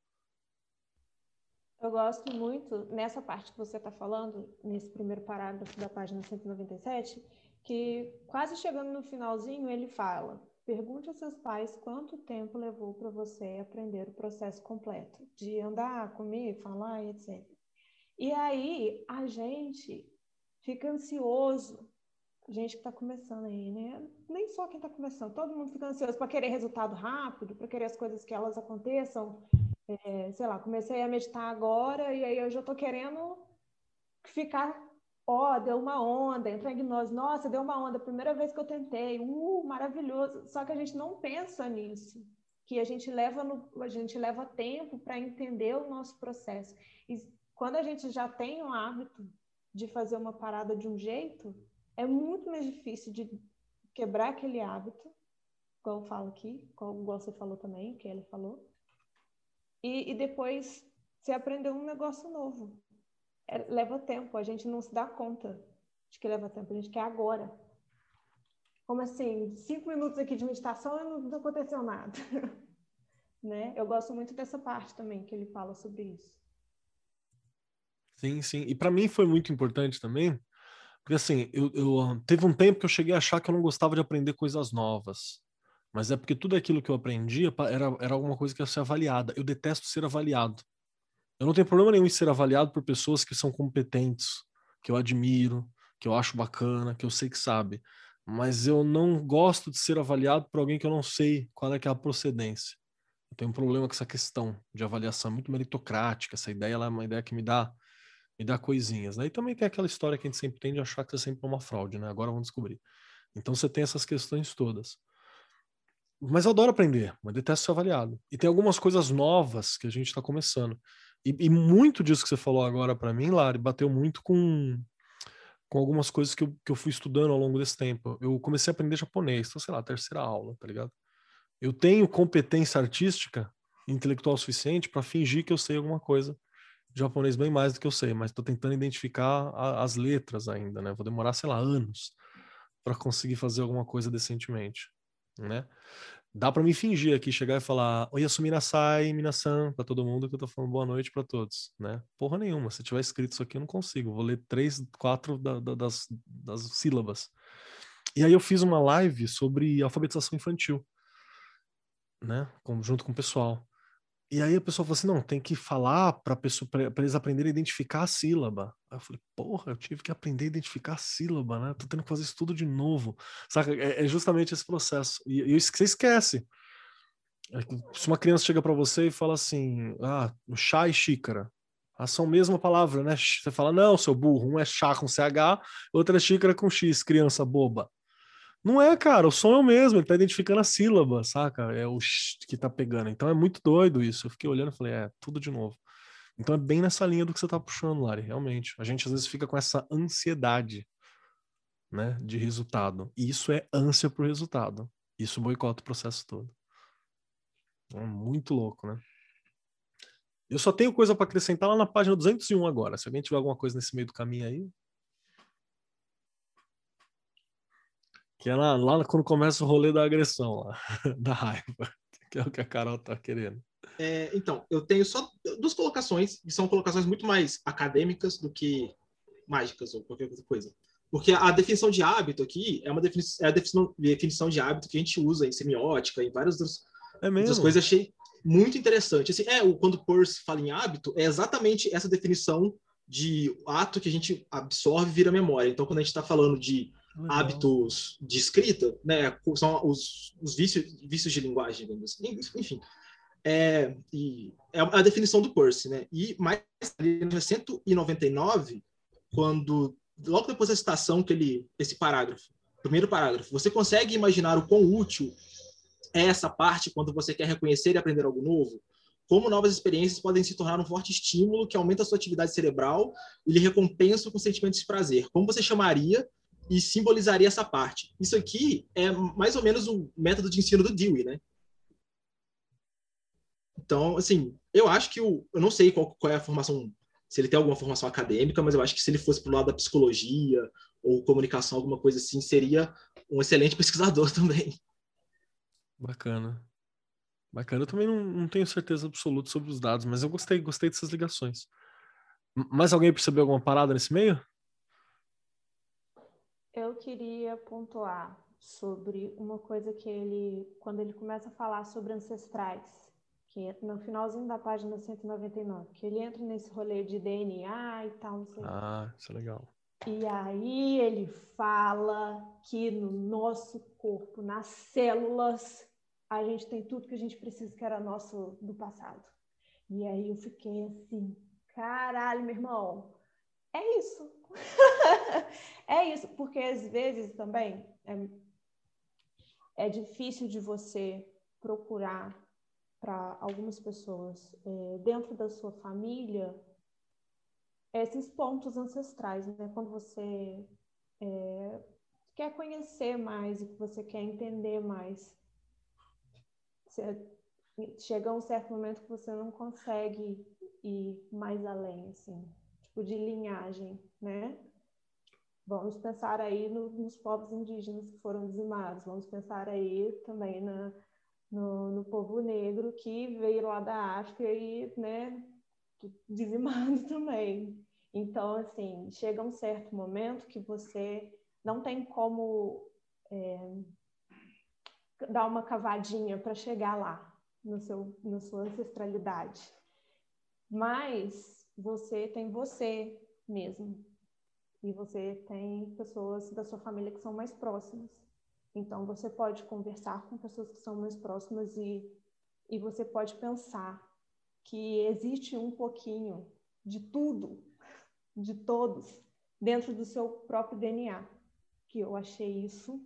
Eu gosto muito, nessa parte que você está falando, nesse primeiro parágrafo da página 197, que quase chegando no finalzinho ele fala: pergunte a seus pais quanto tempo levou para você aprender o processo completo, de andar, comer, falar, etc. E aí a gente fica ansioso, gente que está começando aí, né? Nem só quem está começando, todo mundo fica ansioso para querer resultado rápido, para querer as coisas que elas aconteçam. Sei lá, comecei a meditar agora e aí eu já tô querendo ficar, deu uma onda, entra em gnose, nossa, deu uma onda, primeira vez que eu tentei, maravilhoso. Só que a gente não pensa nisso, que a gente leva tempo para entender o nosso processo. E quando a gente já tem o hábito de fazer uma parada de um jeito, é muito mais difícil de quebrar aquele hábito, igual eu falo aqui, igual você falou também, que ele falou. E depois você aprendeu um negócio novo. Leva tempo, a gente não se dá conta de que leva tempo, a gente quer agora. Como assim? 5 minutos aqui de meditação e não aconteceu nada. Né? Eu gosto muito dessa parte também, que ele fala sobre isso. Sim, sim. E para mim foi muito importante também, porque assim, eu teve um tempo que eu cheguei a achar que eu não gostava de aprender coisas novas. Mas é porque tudo aquilo que eu aprendia era alguma coisa que ia ser avaliada. Eu detesto ser avaliado. Eu não tenho problema nenhum em ser avaliado por pessoas que são competentes, que eu admiro, que eu acho bacana, que eu sei que sabe. Mas eu não gosto de ser avaliado por alguém que eu não sei qual é que é a procedência. Eu tenho um problema com essa questão de avaliação muito meritocrática. Essa ideia ela é uma ideia que me dá coisinhas. Aí também tem aquela história que a gente sempre tem de achar que é sempre uma fraude, né? Agora vamos descobrir. Então você tem essas questões todas. Mas eu adoro aprender, mas detesto ser avaliado. E tem algumas coisas novas que a gente está começando. E muito disso que você falou agora para mim, Lari, bateu muito com algumas coisas que eu fui estudando ao longo desse tempo. Eu comecei a aprender japonês, então, sei lá, terceira aula, tá ligado? Eu tenho competência artística, intelectual suficiente para fingir que eu sei alguma coisa de japonês bem mais do que eu sei, mas estou tentando identificar as letras ainda, né? Vou demorar, sei lá, anos para conseguir fazer alguma coisa decentemente, né? Dá para me fingir aqui, chegar e falar oi, Yasumi-nasai, minasan, para todo mundo, que eu tô falando boa noite para todos, né? Porra nenhuma, se tiver escrito isso aqui eu não consigo, vou ler 3, 4 das sílabas. E aí eu fiz uma live sobre alfabetização infantil, né? Junto com o pessoal. E aí a pessoa falou assim, não, tem que falar para eles aprenderem a identificar a sílaba. Aí eu falei, porra, eu tive que aprender a identificar a sílaba, né? Tô tendo que fazer isso tudo de novo. Saca? É justamente esse processo. E você esquece. Se uma criança chega para você e fala assim, chá e xícara. São a mesma palavra, né? Você fala, não, seu burro, um é chá com CH, outro é xícara com X, criança boba. Não é, cara, o som é o mesmo, ele tá identificando a sílaba, saca? É o que tá pegando. Então é muito doido isso. Eu fiquei olhando e falei, tudo de novo. Então é bem nessa linha do que você tá puxando, Lari, realmente. A gente às vezes fica com essa ansiedade, né, de resultado. E isso é ânsia pro resultado. Isso boicota o processo todo. É muito louco, né? Eu só tenho coisa para acrescentar lá na página 201 agora. Se alguém tiver alguma coisa nesse meio do caminho aí. Que é lá quando começa o rolê da agressão, lá, da raiva. Que é o que a Carol tá querendo. Então, eu tenho só 2 colocações, que são colocações muito mais acadêmicas do que mágicas ou qualquer outra coisa. Porque a definição de hábito aqui é a definição de hábito que a gente usa em semiótica, em várias outras coisas. Achei muito interessante. Assim, quando o Peirce fala em hábito, é exatamente essa definição de ato que a gente absorve e vira memória. Então, quando a gente está falando de hábitos de escrita, né, são os vícios de linguagem, digamos assim. Enfim, e é a definição do Peirce, né? E mais em 1999, quando logo depois da citação esse parágrafo, primeiro parágrafo, você consegue imaginar o quão útil é essa parte quando você quer reconhecer e aprender algo novo? Como novas experiências podem se tornar um forte estímulo que aumenta a sua atividade cerebral e lhe recompensa com sentimentos de prazer? Como você chamaria e simbolizaria essa parte? Isso aqui é mais ou menos o método de ensino do Dewey, né? Então, assim, eu acho que eu não sei qual é a formação, se ele tem alguma formação acadêmica, mas eu acho que se ele fosse pro lado da psicologia ou comunicação, alguma coisa assim, seria um excelente pesquisador também. Bacana. Eu também não tenho certeza absoluta sobre os dados, mas eu gostei dessas ligações. Mais alguém percebeu alguma parada nesse meio? Eu queria pontuar sobre uma coisa que quando ele começa a falar sobre ancestrais, que é no finalzinho da página 199, que ele entra nesse rolê de DNA e tal, não sei. Isso é legal. E aí ele fala que no nosso corpo, nas células, a gente tem tudo que a gente precisa que era nosso do passado. E aí eu fiquei assim, caralho, meu irmão, é isso. É isso, porque às vezes também é difícil de você procurar para algumas pessoas dentro da sua família esses pontos ancestrais, né? Quando você quer conhecer mais e que você quer entender mais, chega um certo momento que você não consegue ir mais além, assim, tipo de linhagem, né? Vamos pensar aí nos povos indígenas que foram dizimados, vamos pensar aí também no povo negro que veio lá da África e, né, dizimado também. Então, assim, chega um certo momento que você não tem como dar uma cavadinha para chegar lá na sua ancestralidade. Mas você tem você mesmo. E você tem pessoas da sua família que são mais próximas. Então, você pode conversar com pessoas que são mais próximas e você pode pensar que existe um pouquinho de tudo, de todos, dentro do seu próprio DNA. Que eu achei isso,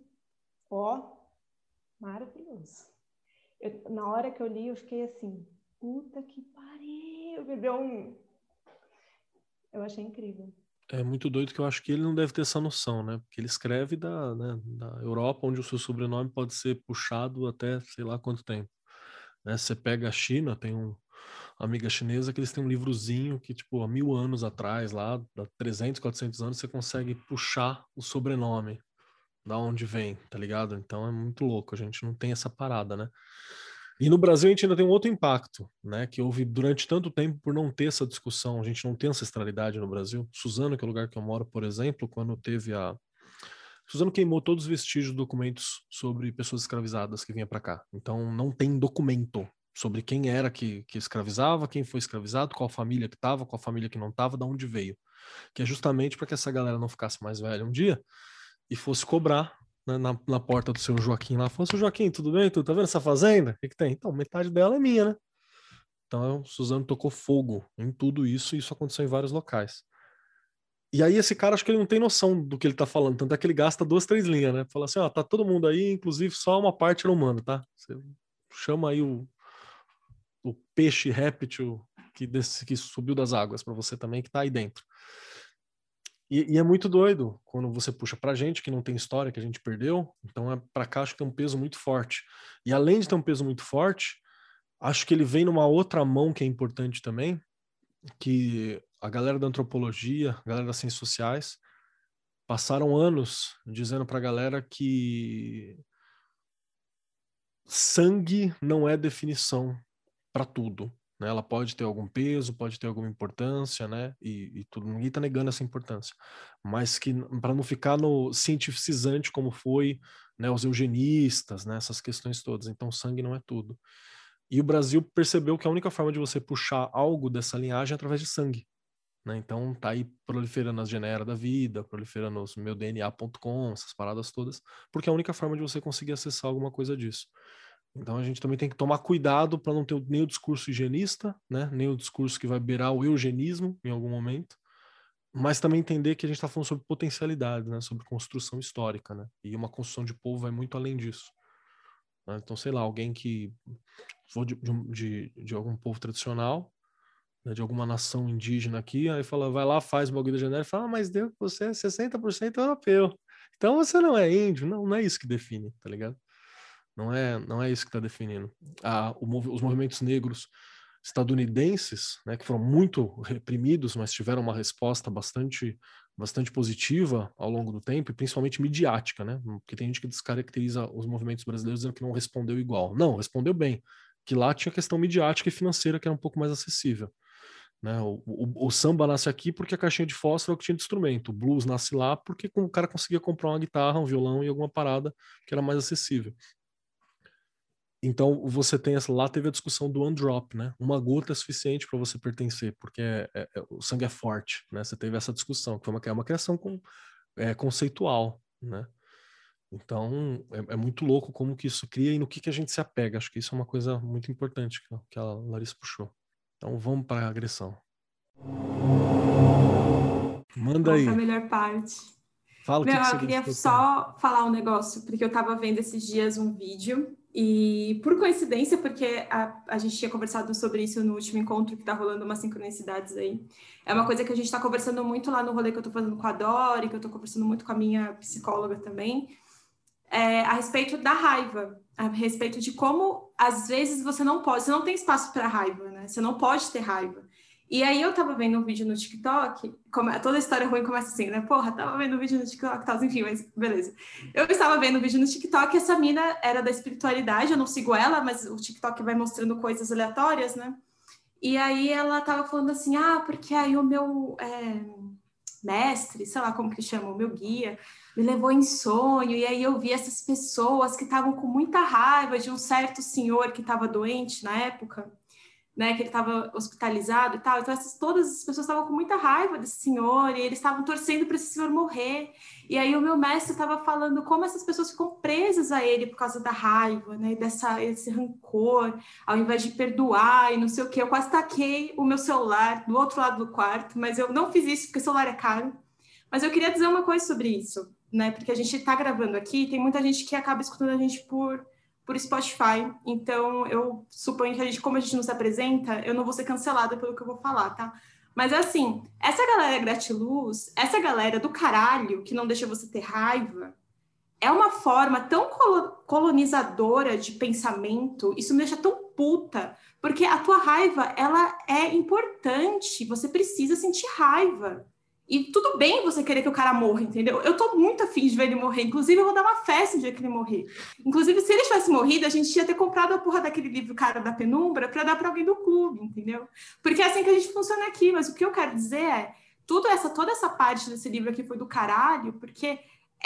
maravilhoso. Na hora que eu li, eu fiquei assim, puta que pariu, me deu um... Eu achei incrível. É muito doido que eu acho que ele não deve ter essa noção, né? Porque ele escreve da Europa, onde o seu sobrenome pode ser puxado até sei lá quanto tempo. Né? Você pega a China, tem uma amiga chinesa que eles têm um livrozinho que, tipo, há 1000 anos atrás, lá, há 300, 400 anos, você consegue puxar o sobrenome da onde vem, tá ligado? Então é muito louco, a gente não tem essa parada, né? E no Brasil a gente ainda tem um outro impacto, né? Que houve durante tanto tempo por não ter essa discussão, a gente não tem ancestralidade no Brasil. Suzano, que é o lugar que eu moro, por exemplo, quando teve Suzano queimou todos os vestígios de documentos sobre pessoas escravizadas que vinham para cá. Então não tem documento sobre quem era que escravizava, quem foi escravizado, qual família que estava, qual família que não estava, de onde veio. Que é justamente para que essa galera não ficasse mais velha um dia e fosse cobrar, né, na porta do seu Joaquim lá. Falou, seu Joaquim, tudo bem? Tu tá vendo essa fazenda? O que tem? Então, metade dela é minha, né? Então, o Suzano tocou fogo em tudo isso e isso aconteceu em vários locais. E aí esse cara, acho que ele não tem noção do que ele tá falando, tanto é que ele gasta 2, 3 linhas, né? Fala assim, ó, tá todo mundo aí, inclusive só uma parte não manda, tá? Você chama aí o peixe réptil que subiu das águas para você também, que tá aí dentro. E é muito doido quando você puxa pra gente, que não tem história, que a gente perdeu. Então, pra cá, acho que tem um peso muito forte. E além de ter um peso muito forte, acho que ele vem numa outra mão que é importante também, que a galera da antropologia, a galera das ciências sociais, passaram anos dizendo pra galera que sangue não é definição para tudo, né? Ela pode ter algum peso, pode ter alguma importância, né? E tudo, ninguém está negando essa importância, mas que para não ficar no cientificizante como foi, né, os eugenistas, né, essas questões todas. Então, sangue não é tudo. E o Brasil percebeu que a única forma de você puxar algo dessa linhagem é através de sangue, né? Então tá aí proliferando as Genera da vida, proliferando os meudna.com, essas paradas todas, porque é a única forma de você conseguir acessar alguma coisa disso. Então a gente também tem que tomar cuidado para não ter nem o discurso higienista, né? Nem o discurso que vai beirar o eugenismo em algum momento, mas também entender que a gente está falando sobre potencialidade, né? Sobre construção histórica, né? E uma construção de povo vai muito além disso, né? Então, sei lá, alguém que for de algum povo tradicional, né, de alguma nação indígena aqui, aí fala, vai lá, faz o bagulho da Genera e fala, mas Deus, você é 60% europeu. Então você não é índio. Não, não é isso que define, tá ligado? Não é isso que está definindo. Os movimentos negros estadunidenses, né, que foram muito reprimidos, mas tiveram uma resposta bastante positiva ao longo do tempo, e principalmente midiática, né? Porque tem gente que descaracteriza os movimentos brasileiros dizendo que não respondeu igual. Não, respondeu bem. Que lá tinha questão midiática e financeira que era um pouco mais acessível. Né? O samba nasce aqui porque a caixinha de fósforo é o que tinha de instrumento. O blues nasce lá porque o cara conseguia comprar uma guitarra, um violão e alguma parada que era mais acessível. Então você tem lá teve a discussão do one drop, né? Uma gota é suficiente para você pertencer, porque o sangue é forte, né? Você teve essa discussão, que é uma criação conceitual, né? Então é muito louco como que isso cria e no que a gente se apega. Acho que isso é uma coisa muito importante que a Larissa puxou. Então vamos para a agressão. Manda Nossa, aí. a melhor parte. Fala o que Eu você queria gostou. só falar um negócio, porque eu tava vendo esses dias um vídeo e, por coincidência, porque a gente tinha conversado sobre isso no último encontro, que tá rolando umas sincronicidades aí. É uma coisa que a gente tá conversando muito lá no rolê que eu tô fazendo com a Dori, que eu tô conversando muito com a minha psicóloga também, a respeito da raiva, a respeito de como, às vezes, você não tem espaço para raiva, né? Você não pode ter raiva. E aí eu tava vendo um vídeo no TikTok, toda história ruim começa assim, né? Porra, tava vendo um vídeo no TikTok e tal, enfim, mas beleza. Eu estava vendo um vídeo no TikTok, essa mina era da espiritualidade, eu não sigo ela, mas o TikTok vai mostrando coisas aleatórias, né? E aí ela tava falando assim, porque aí o meu mestre, sei lá como que chama, o meu guia, me levou em sonho, e aí eu vi essas pessoas que estavam com muita raiva de um certo senhor que estava doente na época, né, que ele estava hospitalizado e tal. Então, todas as pessoas estavam com muita raiva desse senhor e eles estavam torcendo para esse senhor morrer. E aí o meu mestre estava falando como essas pessoas ficam presas a ele por causa da raiva, né, esse rancor, ao invés de perdoar e não sei o quê. Eu quase taquei o meu celular do outro lado do quarto, mas eu não fiz isso porque o celular é caro. Mas eu queria dizer uma coisa sobre isso, né, porque a gente está gravando aqui, tem muita gente que acaba escutando a gente por Spotify, então eu suponho que como a gente não se apresenta, eu não vou ser cancelada pelo que eu vou falar, tá? Mas assim, essa galera gratiluz, essa galera do caralho que não deixa você ter raiva, é uma forma tão colonizadora de pensamento, isso me deixa tão puta, porque a tua raiva, ela é importante, você precisa sentir raiva. E tudo bem você querer que o cara morra, entendeu? Eu tô muito afim de ver ele morrer. Inclusive, eu vou dar uma festa no dia que ele morrer. Inclusive, se ele tivesse morrido, a gente ia ter comprado a porra daquele livro Cara da Penumbra para dar para alguém do clube, entendeu? Porque é assim que a gente funciona aqui. Mas o que eu quero dizer é, toda essa parte desse livro aqui foi do caralho, porque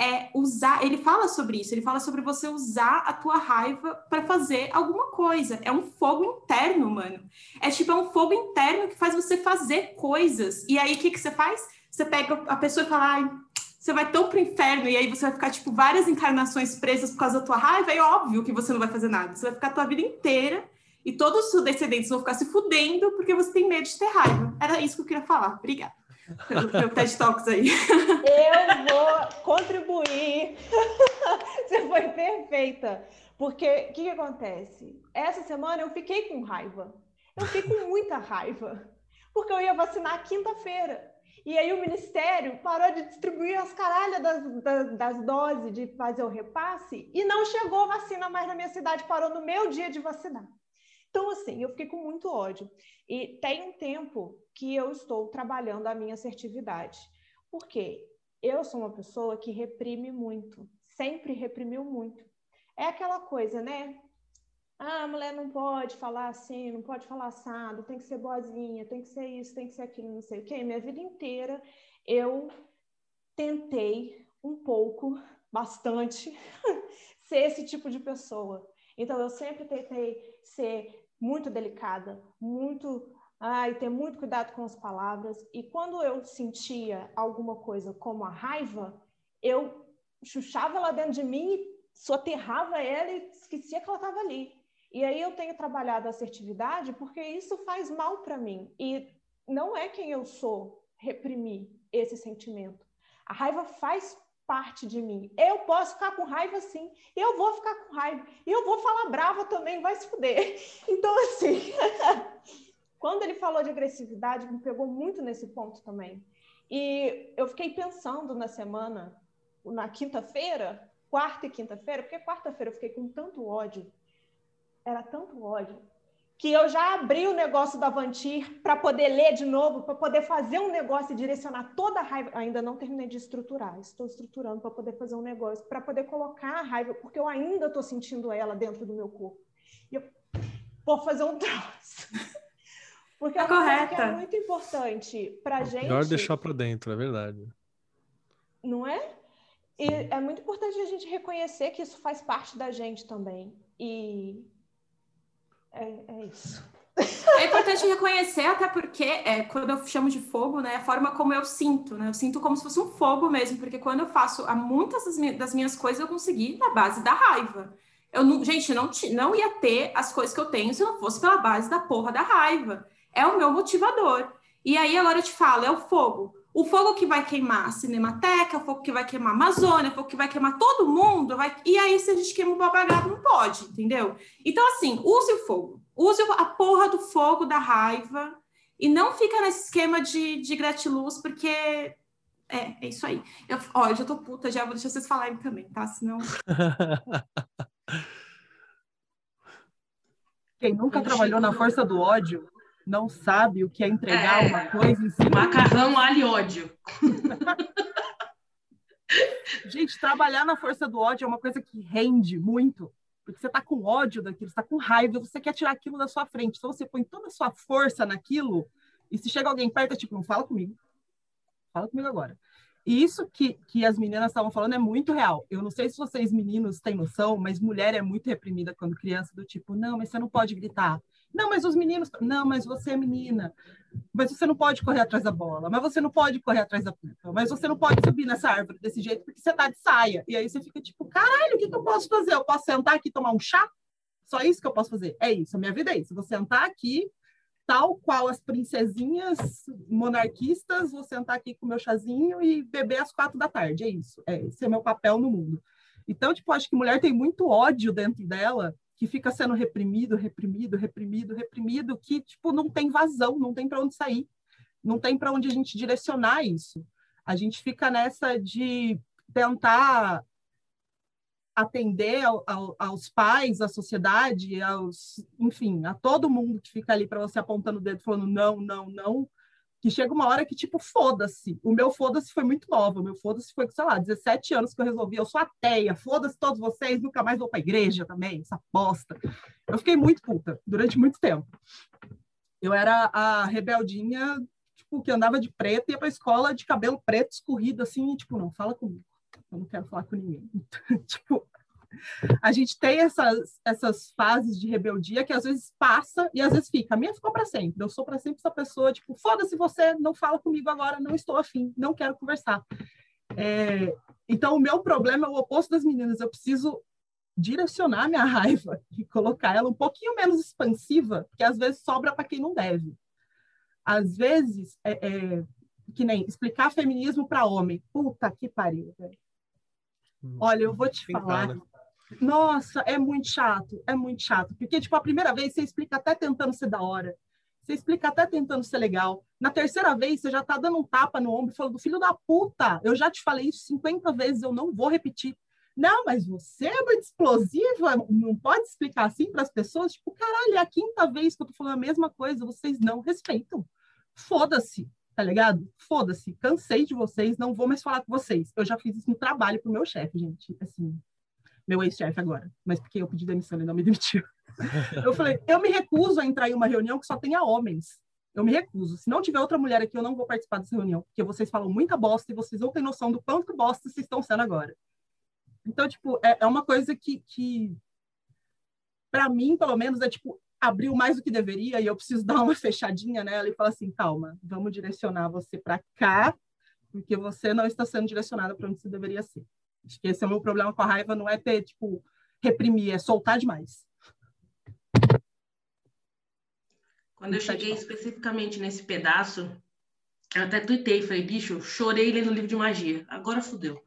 ele fala sobre isso, ele fala sobre você usar a tua raiva para fazer alguma coisa. É um fogo interno, mano. É um fogo interno que faz você fazer coisas. E aí, o que você faz? Você pega a pessoa e fala, você vai tão pro inferno, e aí você vai ficar, várias encarnações presas por causa da tua raiva, e óbvio que você não vai fazer nada. Você vai ficar a tua vida inteira, e todos os seus descendentes vão ficar se fudendo porque você tem medo de ter raiva. Era isso que eu queria falar. Obrigada pelo TED Talks aí. Eu vou contribuir. Você foi perfeita. Porque o que acontece? Essa semana eu fiquei com raiva. Eu fiquei com muita raiva. Porque eu ia vacinar quinta-feira. E aí o Ministério parou de distribuir as caralhas das doses, de fazer o repasse, e não chegou vacina mais na minha cidade, parou no meu dia de vacinar. Então, assim, eu fiquei com muito ódio. E tem um tempo que eu estou trabalhando a minha assertividade. Por quê? Eu sou uma pessoa que reprime muito, sempre reprimiu muito. É aquela coisa, né? a mulher não pode falar assim, não pode falar assado, tem que ser boazinha, tem que ser isso, tem que ser aquilo, não sei o quê. Minha vida inteira eu tentei um pouco, bastante, ser esse tipo de pessoa. Então, eu sempre tentei ser muito delicada, ter muito cuidado com as palavras. E quando eu sentia alguma coisa como a raiva, eu chuchava ela dentro de mim e soterrava ela e esquecia que ela estava ali. E aí eu tenho trabalhado a assertividade porque isso faz mal para mim. E não é quem eu sou reprimir esse sentimento. A raiva faz parte de mim. Eu posso ficar com raiva, sim. Eu vou ficar com raiva. E eu vou falar brava também, vai se fuder. Então, assim, quando ele falou de agressividade, me pegou muito nesse ponto também. E eu fiquei pensando na semana, na quinta-feira, quarta e quinta-feira, porque quarta-feira eu fiquei com tanto ódio, era tanto ódio, que eu já abri o negócio da Avantir para poder ler de novo, para poder fazer um negócio e direcionar toda a raiva. Ainda não terminei de estruturar, estou estruturando para poder fazer um negócio, para poder colocar a raiva, porque eu ainda estou sentindo ela dentro do meu corpo. E eu vou fazer um troço. Porque é uma coisa que é muito importante para a gente. Melhor deixar para dentro, é verdade. Não é? E é muito importante a gente reconhecer que isso faz parte da gente também. E é isso. É importante reconhecer, até porque quando eu chamo de fogo, né, a forma como eu sinto, né? Eu sinto como se fosse um fogo mesmo, porque quando eu faço muitas das minhas coisas, eu consegui na base da raiva. Gente, não ia ter as coisas que eu tenho se não fosse pela base da porra da raiva. É o meu motivador. E aí agora eu te falo, é o fogo. O fogo que vai queimar a Cinemateca, o fogo que vai queimar a Amazônia, o fogo que vai queimar todo mundo, e aí se a gente queima o babagato, não pode, entendeu? Então, assim, use o fogo. Use a porra do fogo, da raiva, e não fica nesse esquema de gratiluz, porque é isso aí. Eu já tô puta, já vou deixar vocês falarem também, tá? Senão... Quem nunca trabalhou na força do ódio não sabe o que é entregar uma coisa em cima. Macarrão, alho e ódio. Gente, trabalhar na força do ódio é uma coisa que rende muito. Porque você está com ódio daquilo, você está com raiva, você quer tirar aquilo da sua frente. Então você põe toda a sua força naquilo, e se chega alguém perto, é tipo, não fala comigo. Fala comigo agora. E isso que as meninas estavam falando é muito real. Eu não sei se vocês, meninos, têm noção, mas mulher é muito reprimida quando criança, do tipo, não, mas você não pode gritar. Não, mas os meninos... Não, mas você é menina. Mas você não pode correr atrás da bola. Mas você não pode correr atrás da puta. Mas você não pode subir nessa árvore desse jeito porque você tá de saia. E aí você fica tipo, caralho, o que eu posso fazer? Eu posso sentar aqui e tomar um chá? Só isso que eu posso fazer. É isso, a minha vida é isso. Eu vou sentar aqui, tal qual as princesinhas monarquistas, vou sentar aqui com o meu chazinho e beber às 4 da tarde. É isso. Esse é meu papel no mundo. Então, tipo, acho que mulher tem muito ódio dentro dela, que fica sendo reprimido, que, tipo, não tem vazão, não tem para onde sair, não tem para onde a gente direcionar isso. A gente fica nessa de tentar atender aos pais, à sociedade, enfim, a todo mundo que fica ali para você apontando o dedo, falando não, não, não, que chega uma hora que, tipo, foda-se. O meu foda-se foi muito novo. O meu foda-se foi, sei lá, 17 anos que eu resolvi. Eu sou ateia. Foda-se todos vocês. Nunca mais vou pra igreja também. Essa bosta. Eu fiquei muito puta durante muito tempo. Eu era a rebeldinha, tipo, que andava de preto e ia pra escola de cabelo preto escorrido, assim, e, tipo, não, fala comigo. Eu não quero falar com ninguém. Tipo... A gente tem essas fases de rebeldia que às vezes passa e às vezes fica. A minha ficou para sempre. Eu sou para sempre essa pessoa, tipo, foda-se você, não fala comigo agora, não estou afim, não quero conversar. Então, o meu problema é o oposto das meninas. Eu preciso direcionar minha raiva e colocar ela um pouquinho menos expansiva, porque às vezes sobra para quem não deve. Às vezes, que nem explicar feminismo para homem. Puta que pariu, velho. Olha, eu vou te falar. Nossa, é muito chato, porque, tipo, a primeira vez você explica até tentando ser da hora, você explica até tentando ser legal, na terceira vez você já tá dando um tapa no ombro e falando, filho da puta, eu já te falei isso 50 vezes, eu não vou repetir. Não, mas você é muito explosiva, não pode explicar assim para as pessoas, tipo, caralho, é a quinta vez que eu tô falando a mesma coisa, vocês não respeitam. Foda-se, tá ligado? Foda-se, cansei de vocês, não vou mais falar com vocês. Eu já fiz isso no trabalho pro meu chefe, gente, assim... meu ex-chefe agora, mas porque eu pedi demissão, ele não me demitiu. Eu falei, eu me recuso a entrar em uma reunião que só tenha homens. Eu me recuso. Se não tiver outra mulher aqui, eu não vou participar dessa reunião, porque vocês falam muita bosta e vocês não têm noção do quanto bosta vocês estão sendo agora. Então, tipo, é uma coisa que para mim, pelo menos, é tipo, abriu mais do que deveria e eu preciso dar uma fechadinha nela e falar assim, calma, vamos direcionar você para cá, porque você não está sendo direcionada para onde você deveria ser. Acho que esse é o meu problema com a raiva, não é ter, tipo, reprimir, é soltar demais. Quando eu cheguei especificamente nesse pedaço, eu até tuitei, falei, bicho, chorei lendo livro de magia, agora fudeu.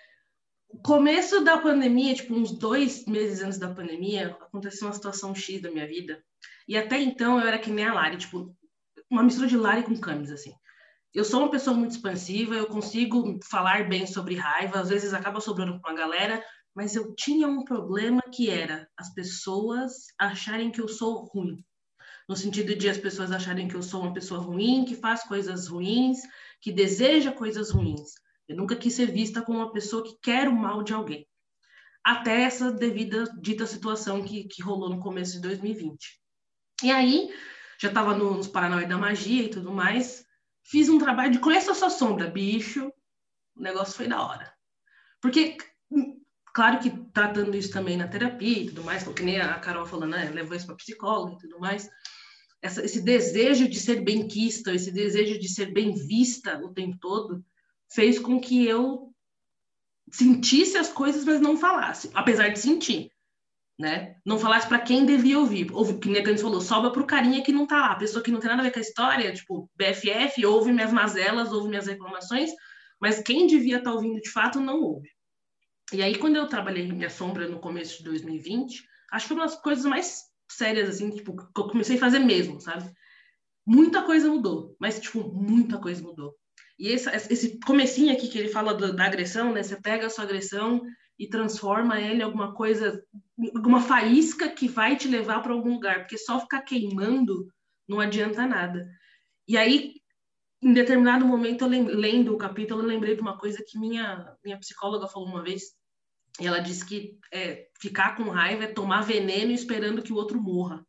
O começo da pandemia, tipo, uns 2 meses antes da pandemia, aconteceu uma situação X da minha vida, e até então eu era que nem a Lari, tipo, uma mistura de Lari com Camis, assim. Eu sou uma pessoa muito expansiva, eu consigo falar bem sobre raiva, às vezes acaba sobrando com a galera, mas eu tinha um problema que era as pessoas acharem que eu sou ruim. No sentido de as pessoas acharem que eu sou uma pessoa ruim, que faz coisas ruins, que deseja coisas ruins. Eu nunca quis ser vista como uma pessoa que quer o mal de alguém. Até essa dita situação que rolou no começo de 2020. E aí, já estava nos Paranauê da Magia e tudo mais, fiz um trabalho de conheça a sua sombra, bicho. O negócio foi da hora. Porque, claro que tratando isso também na terapia e tudo mais, porque nem a Carol falando, né, levou isso para psicóloga e tudo mais, esse desejo de ser benquista, esse desejo de ser bem vista o tempo todo, fez com que eu sentisse as coisas, mas não falasse, apesar de sentir, né? Não falasse para quem devia ouvir. Ouve, que nem a gente falou, sobra pro carinha que não tá lá, a pessoa que não tem nada a ver com a história, tipo, BFF, ouve minhas mazelas, ouve minhas reclamações, mas quem devia estar ouvindo de fato não ouve. E aí, quando eu trabalhei em Minha Sombra no começo de 2020, acho que foi uma das coisas mais sérias, assim, tipo, que eu comecei a fazer mesmo, sabe? Muita coisa mudou, mas, tipo, muita coisa mudou. E esse comecinho aqui que ele fala da agressão, né? Você pega a sua agressão e transforma ele em alguma coisa, alguma faísca que vai te levar para algum lugar, porque só ficar queimando não adianta nada. E aí, em determinado momento, lendo o capítulo, eu lembrei de uma coisa que minha psicóloga falou uma vez, e ela disse que ficar com raiva é tomar veneno esperando que o outro morra.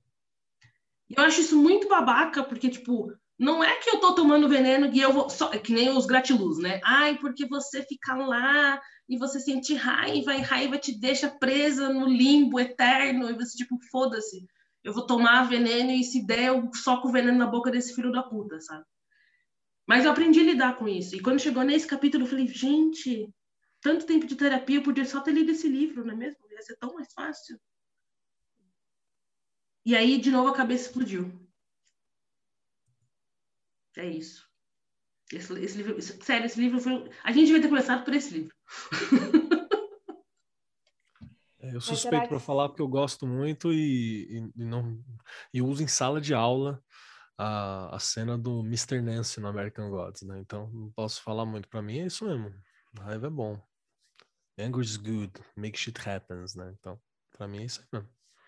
E eu acho isso muito babaca, porque, tipo, não é que eu tô tomando veneno e eu vou... É que nem os gratiluz, né? Ai, porque você fica lá e você sente raiva, e raiva te deixa presa no limbo eterno, e você, tipo, foda-se. Eu vou tomar veneno e se der, eu soco o veneno na boca desse filho da puta, sabe? Mas eu aprendi a lidar com isso. E quando chegou nesse capítulo, eu falei, gente, tanto tempo de terapia, eu podia só ter lido esse livro, não é mesmo? Ia ser tão mais fácil. E aí, de novo, a cabeça explodiu. É isso. Esse livro, sério, esse livro foi... A gente devia ter começado por esse livro. Eu suspeito para falar porque eu gosto muito e uso em sala de aula a cena do Mr. Nancy no American Gods, né? Então não posso falar muito. Para mim é isso mesmo. Raiva é bom. Anger is good. Make shit happens, né? Então, para mim é isso aí mesmo.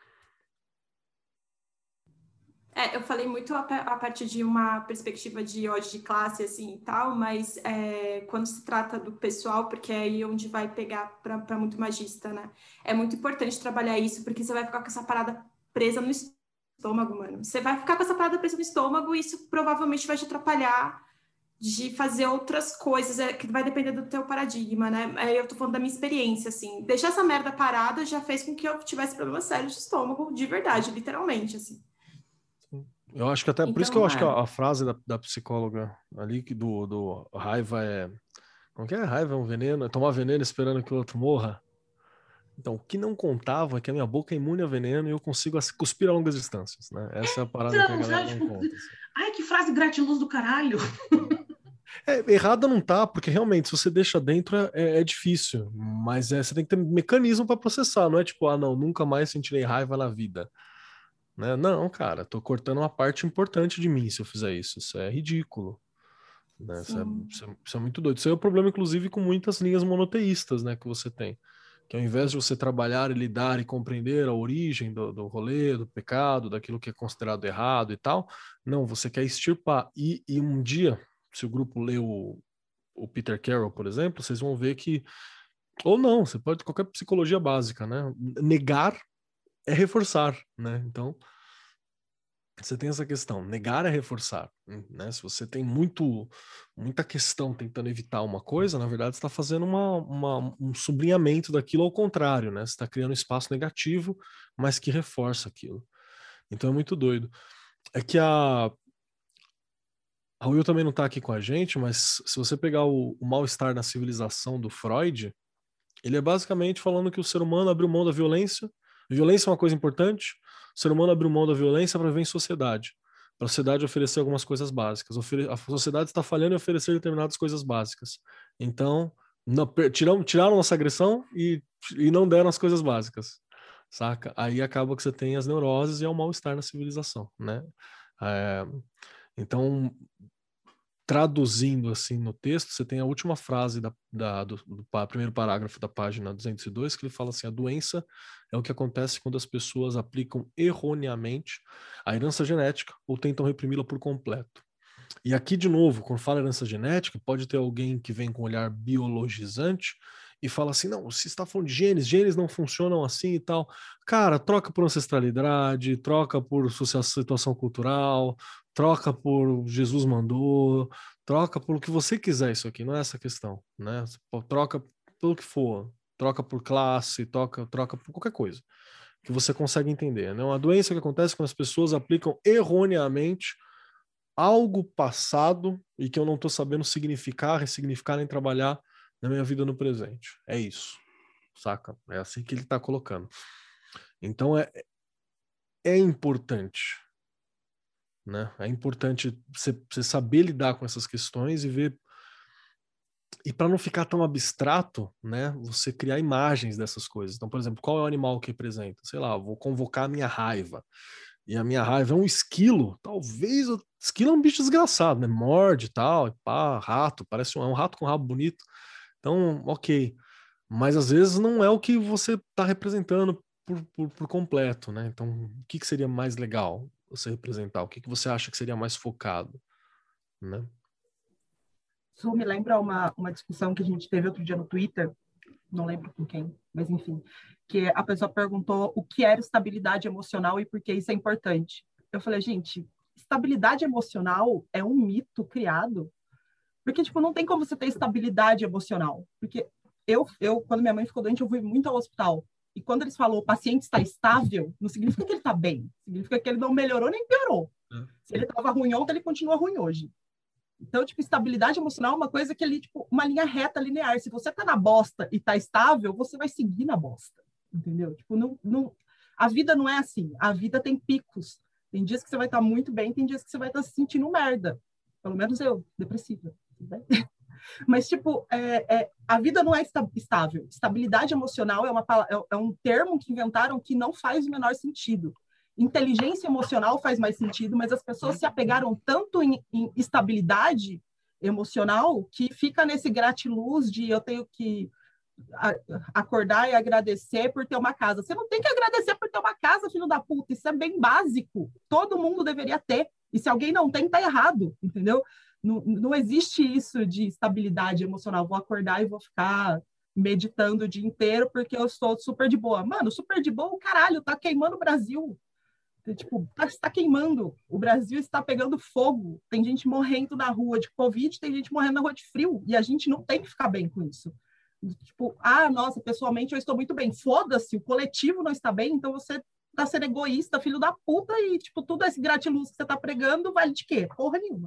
Eu falei muito a partir de uma perspectiva de ódio de classe, assim, e tal, mas quando se trata do pessoal, porque é aí onde vai pegar para muito magista, né? É muito importante trabalhar isso, porque você vai ficar com essa parada presa no estômago, mano. Você vai ficar com essa parada presa no estômago e isso provavelmente vai te atrapalhar de fazer outras coisas, que vai depender do teu paradigma, né? Eu tô falando da minha experiência, assim. Deixar essa merda parada já fez com que eu tivesse problemas sérios de estômago, de verdade, literalmente, assim. Eu acho que até, por isso que eu acho que a frase da psicóloga ali, que do raiva é... Como que é? Raiva é um veneno, é tomar veneno esperando que o outro morra. Então, o que não contava é que a minha boca é imune a veneno e eu consigo cuspir a longas distâncias, né? Essa é a parada que a galera não conta. Assim. Ai, que frase gratiluz do caralho! Errada não tá, porque realmente, se você deixa dentro, é difícil. Mas você tem que ter mecanismo para processar, não é tipo, não, nunca mais sentirei raiva na vida. Né? Não, cara, tô cortando uma parte importante de mim se eu fizer isso. Isso é ridículo. Né? Isso é muito doido. Isso é o problema, inclusive, com muitas linhas monoteístas, né, que você tem. Que ao invés de você trabalhar e lidar e compreender a origem do rolê, do pecado, daquilo que é considerado errado e tal, não, você quer extirpar. E um dia, se o grupo lê o Peter Carroll, por exemplo, vocês vão ver que Ou não, você pode qualquer psicologia básica, né? Negar é reforçar, né? Então, você tem essa questão, negar é reforçar, né? Se você tem muita questão tentando evitar uma coisa, na verdade você está fazendo um sublinhamento daquilo ao contrário, né? Você está criando um espaço negativo, mas que reforça aquilo. Então é muito doido. É que a Will também não está aqui com a gente, mas se você pegar o mal-estar na civilização do Freud, ele é basicamente falando que o ser humano abriu mão da violência. Violência é uma coisa importante. O ser humano abriu mão da violência para viver em sociedade. Para a sociedade oferecer algumas coisas básicas. A sociedade está falhando em oferecer determinadas coisas básicas. Então, tiraram nossa agressão e não deram as coisas básicas. Saca? Aí acaba que você tem as neuroses e é o mal-estar na civilização, né? Então, traduzindo assim no texto, você tem a última frase do primeiro parágrafo da página 202, que ele fala assim: a doença é o que acontece quando as pessoas aplicam erroneamente a herança genética ou tentam reprimi-la por completo. E aqui, de novo, quando fala herança genética, pode ter alguém que vem com um olhar biologizante e fala assim: não, você está falando de genes não funcionam assim e tal. Cara, troca por ancestralidade, troca por situação cultural, troca por Jesus mandou, troca por o que você quiser isso aqui, não é essa questão, né? Troca pelo que for, troca por classe, troca por qualquer coisa que você consegue entender, né? Uma doença que acontece quando as pessoas aplicam erroneamente algo passado e que eu não estou sabendo significar, ressignificar nem trabalhar na minha vida no presente. É isso, saca? É assim que ele está colocando. Então é importante, né? É importante você saber lidar com essas questões e ver. E para não ficar tão abstrato, né? Você criar imagens dessas coisas. Então, por exemplo, qual é o animal que representa? Sei lá, vou convocar a minha raiva. E a minha raiva é um esquilo. Talvez o esquilo é um bicho desgraçado, né? Morde e tal, e pá, rato, parece um rato com rabo bonito. Então, ok. Mas às vezes não é o que você está representando por completo, né? Então, o que seria mais legal você representar? O que você acha que seria mais focado, né? Isso me lembra uma discussão que a gente teve outro dia no Twitter, não lembro com quem, mas enfim, que a pessoa perguntou o que era estabilidade emocional e por que isso é importante. Eu falei, gente, estabilidade emocional é um mito criado, porque, tipo, não tem como você ter estabilidade emocional, porque quando minha mãe ficou doente, eu fui muito ao hospital, e quando eles falaram o paciente está estável, não significa que ele está bem, significa que ele não melhorou nem piorou. Se ele estava ruim ontem, ele continua ruim hoje. Então, tipo, estabilidade emocional é uma coisa que ali, tipo, uma linha reta, linear. Se você tá na bosta e tá estável, você vai seguir na bosta, entendeu? Tipo, a vida não é assim. A vida tem picos. Tem dias que você vai estar muito bem, tem dias que você vai estar se sentindo merda. Pelo menos eu, depressiva. Mas, tipo, a vida não é estável. Estabilidade emocional é um termo que inventaram que não faz o menor sentido. Inteligência emocional faz mais sentido, mas as pessoas se apegaram tanto em estabilidade emocional que fica nesse gratiluz de eu tenho que acordar e agradecer por ter uma casa. Você não tem que agradecer por ter uma casa, filho da puta. Isso é bem básico. Todo mundo deveria ter. E se alguém não tem, tá errado, entendeu? Não existe isso de estabilidade emocional. Vou acordar e vou ficar meditando o dia inteiro porque eu estou super de boa. Mano, super de boa, o caralho, tá queimando o Brasil. Tipo, está queimando. O Brasil está pegando fogo. Tem gente morrendo na rua de Covid, tem gente morrendo na rua de frio. E a gente não tem que ficar bem com isso. Tipo, nossa, pessoalmente eu estou muito bem. Foda-se, o coletivo não está bem, então você está sendo egoísta, filho da puta, e, tipo, tudo esse gratiluz que você está pregando vale de quê? Porra nenhuma.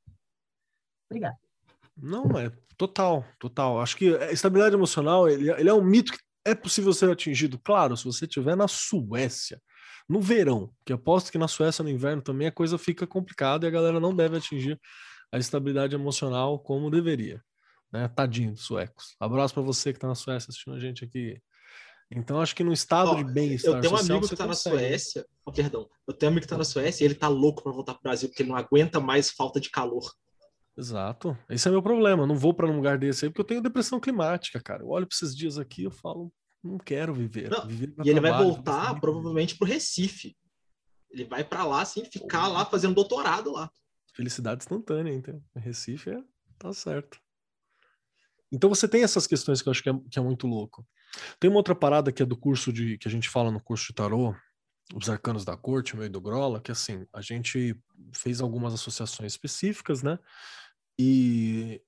Obrigada. Não, é total. Acho que a estabilidade emocional, ele é um mito que é possível ser atingido, claro, se você estiver na Suécia, no verão, que eu aposto que na Suécia no inverno também a coisa fica complicada e a galera não deve atingir a estabilidade emocional como deveria, né? Tadinho dos suecos. Abraço para você que está na Suécia assistindo a gente aqui. Então acho que no estado de bem-estar social eu tenho um amigo que está na Suécia, eu tenho um amigo que está na Suécia e ele tá louco para voltar para o Brasil porque ele não aguenta mais falta de calor. Exato. Esse é meu problema. Eu não vou para um lugar desse aí porque eu tenho depressão climática, cara. Eu olho para esses dias aqui e eu falo, não quero viver. Não, viver e ele vai voltar provavelmente para o Recife. Ele vai para lá, assim, ficar lá fazendo doutorado lá. Felicidade instantânea, então. Recife tá certo. Então você tem essas questões que eu acho que é muito louco. Tem uma outra parada que é do curso que a gente fala no curso de tarô, os arcanos da corte, o meu e do Grola, que assim, a gente fez algumas associações específicas, né? E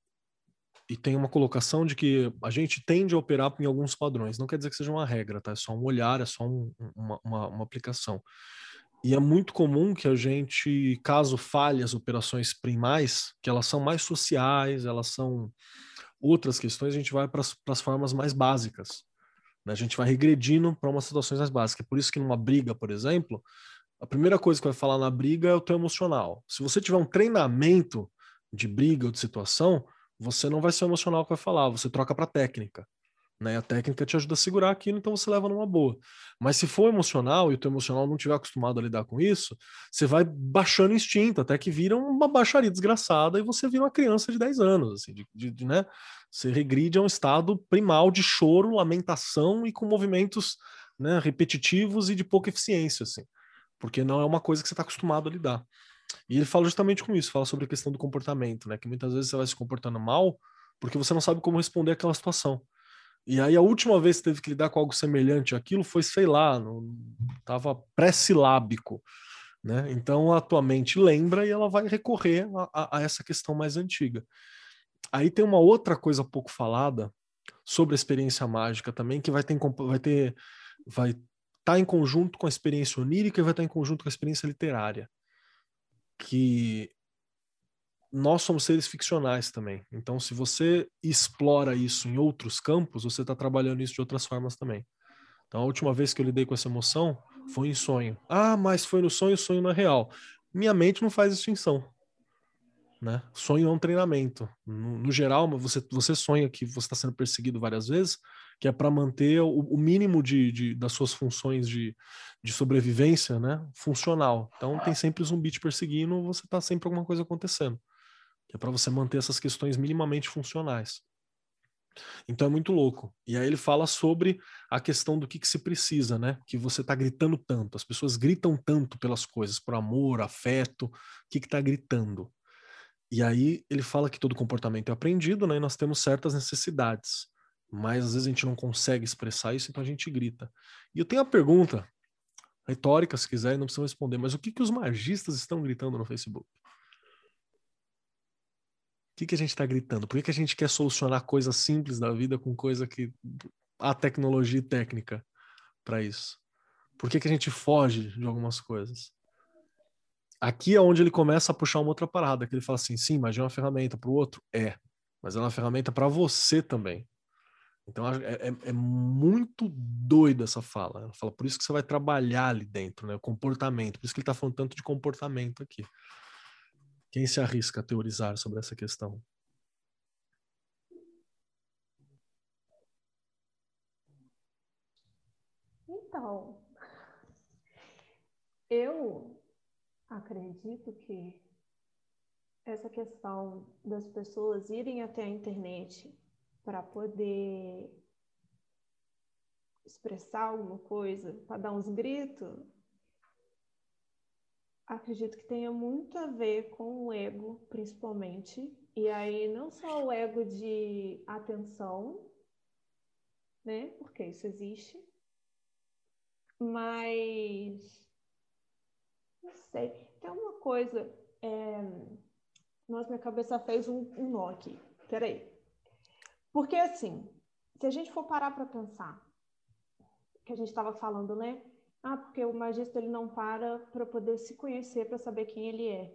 tem uma colocação de que a gente tende a operar em alguns padrões. Não quer dizer que seja uma regra, tá? É só um olhar, é só uma aplicação. E é muito comum que a gente, caso falhe as operações primais, que elas são mais sociais, elas são outras questões, a gente vai para as formas mais básicas, né? A gente vai regredindo para umas situações mais básicas. Por isso que numa briga, por exemplo, a primeira coisa que vai falar na briga é o teu emocional. Se você tiver um treinamento de briga ou de situação, você não vai ser o emocional que vai falar, você troca para técnica, né? A técnica te ajuda a segurar aquilo, então você leva numa boa. Mas se for emocional e o teu emocional não estiver acostumado a lidar com isso, você vai baixando instinto, até que vira uma baixaria desgraçada e você vira uma criança de 10 anos, assim, né? Você regride a um estado primal de choro, lamentação e com movimentos, né, repetitivos e de pouca eficiência, assim, porque não é uma coisa que você está acostumado a lidar. E ele fala justamente com isso, fala sobre a questão do comportamento, né? Que muitas vezes você vai se comportando mal porque você não sabe como responder àquela situação. E aí a última vez que teve que lidar com algo semelhante àquilo foi, sei lá, tava pré-silábico, né? Então a tua mente lembra e ela vai recorrer a essa questão mais antiga. Aí tem uma outra coisa pouco falada sobre a experiência mágica também, que vai estar em conjunto com a experiência onírica e vai estar em conjunto com a experiência literária, que nós somos seres ficcionais também. Então, se você explora isso em outros campos, você está trabalhando isso de outras formas também. Então, a última vez que eu lidei com essa emoção foi em sonho. Ah, mas foi no sonho, o sonho não é real. Minha mente não faz distinção, né? Sonho é um treinamento. No geral, você sonha que você está sendo perseguido várias vezes, que é para manter o mínimo das suas funções de sobrevivência, né, funcional. Então, tem sempre zumbi te perseguindo, você está sempre alguma coisa acontecendo, que é para você manter essas questões minimamente funcionais. Então é muito louco. E aí ele fala sobre a questão do que se precisa, né? Que você está gritando tanto, as pessoas gritam tanto pelas coisas, por amor, afeto, o que está gritando? E aí ele fala que todo comportamento é aprendido, né? E nós temos certas necessidades, mas às vezes a gente não consegue expressar isso, então a gente grita. E eu tenho a pergunta retórica, se quiserem, não precisam responder, mas o que os magistas estão gritando no Facebook? O que a gente está gritando? Por que a gente quer solucionar coisas simples da vida com coisa que há tecnologia e técnica para isso? Por que a gente foge de algumas coisas? Aqui é onde ele começa a puxar uma outra parada, que ele fala assim, sim, mas é uma ferramenta para o outro? Mas é uma ferramenta para você também. Então é muito doido essa fala. Ela fala, por isso que você vai trabalhar ali dentro, né? O comportamento. Por isso que ele está falando tanto de comportamento aqui. Quem se arrisca a teorizar sobre essa questão? Então, eu acredito que essa questão das pessoas irem até a internet para poder expressar alguma coisa, para dar uns gritos, acredito que tenha muito a ver com o ego, principalmente. E aí, não só o ego de atenção, né? Porque isso existe, mas não sei. Tem uma coisa. Nossa, minha cabeça fez um nó aqui. Peraí. Porque assim, se a gente for parar para pensar, que a gente estava falando, né? Ah, porque o magista ele não para poder se conhecer, para saber quem ele é.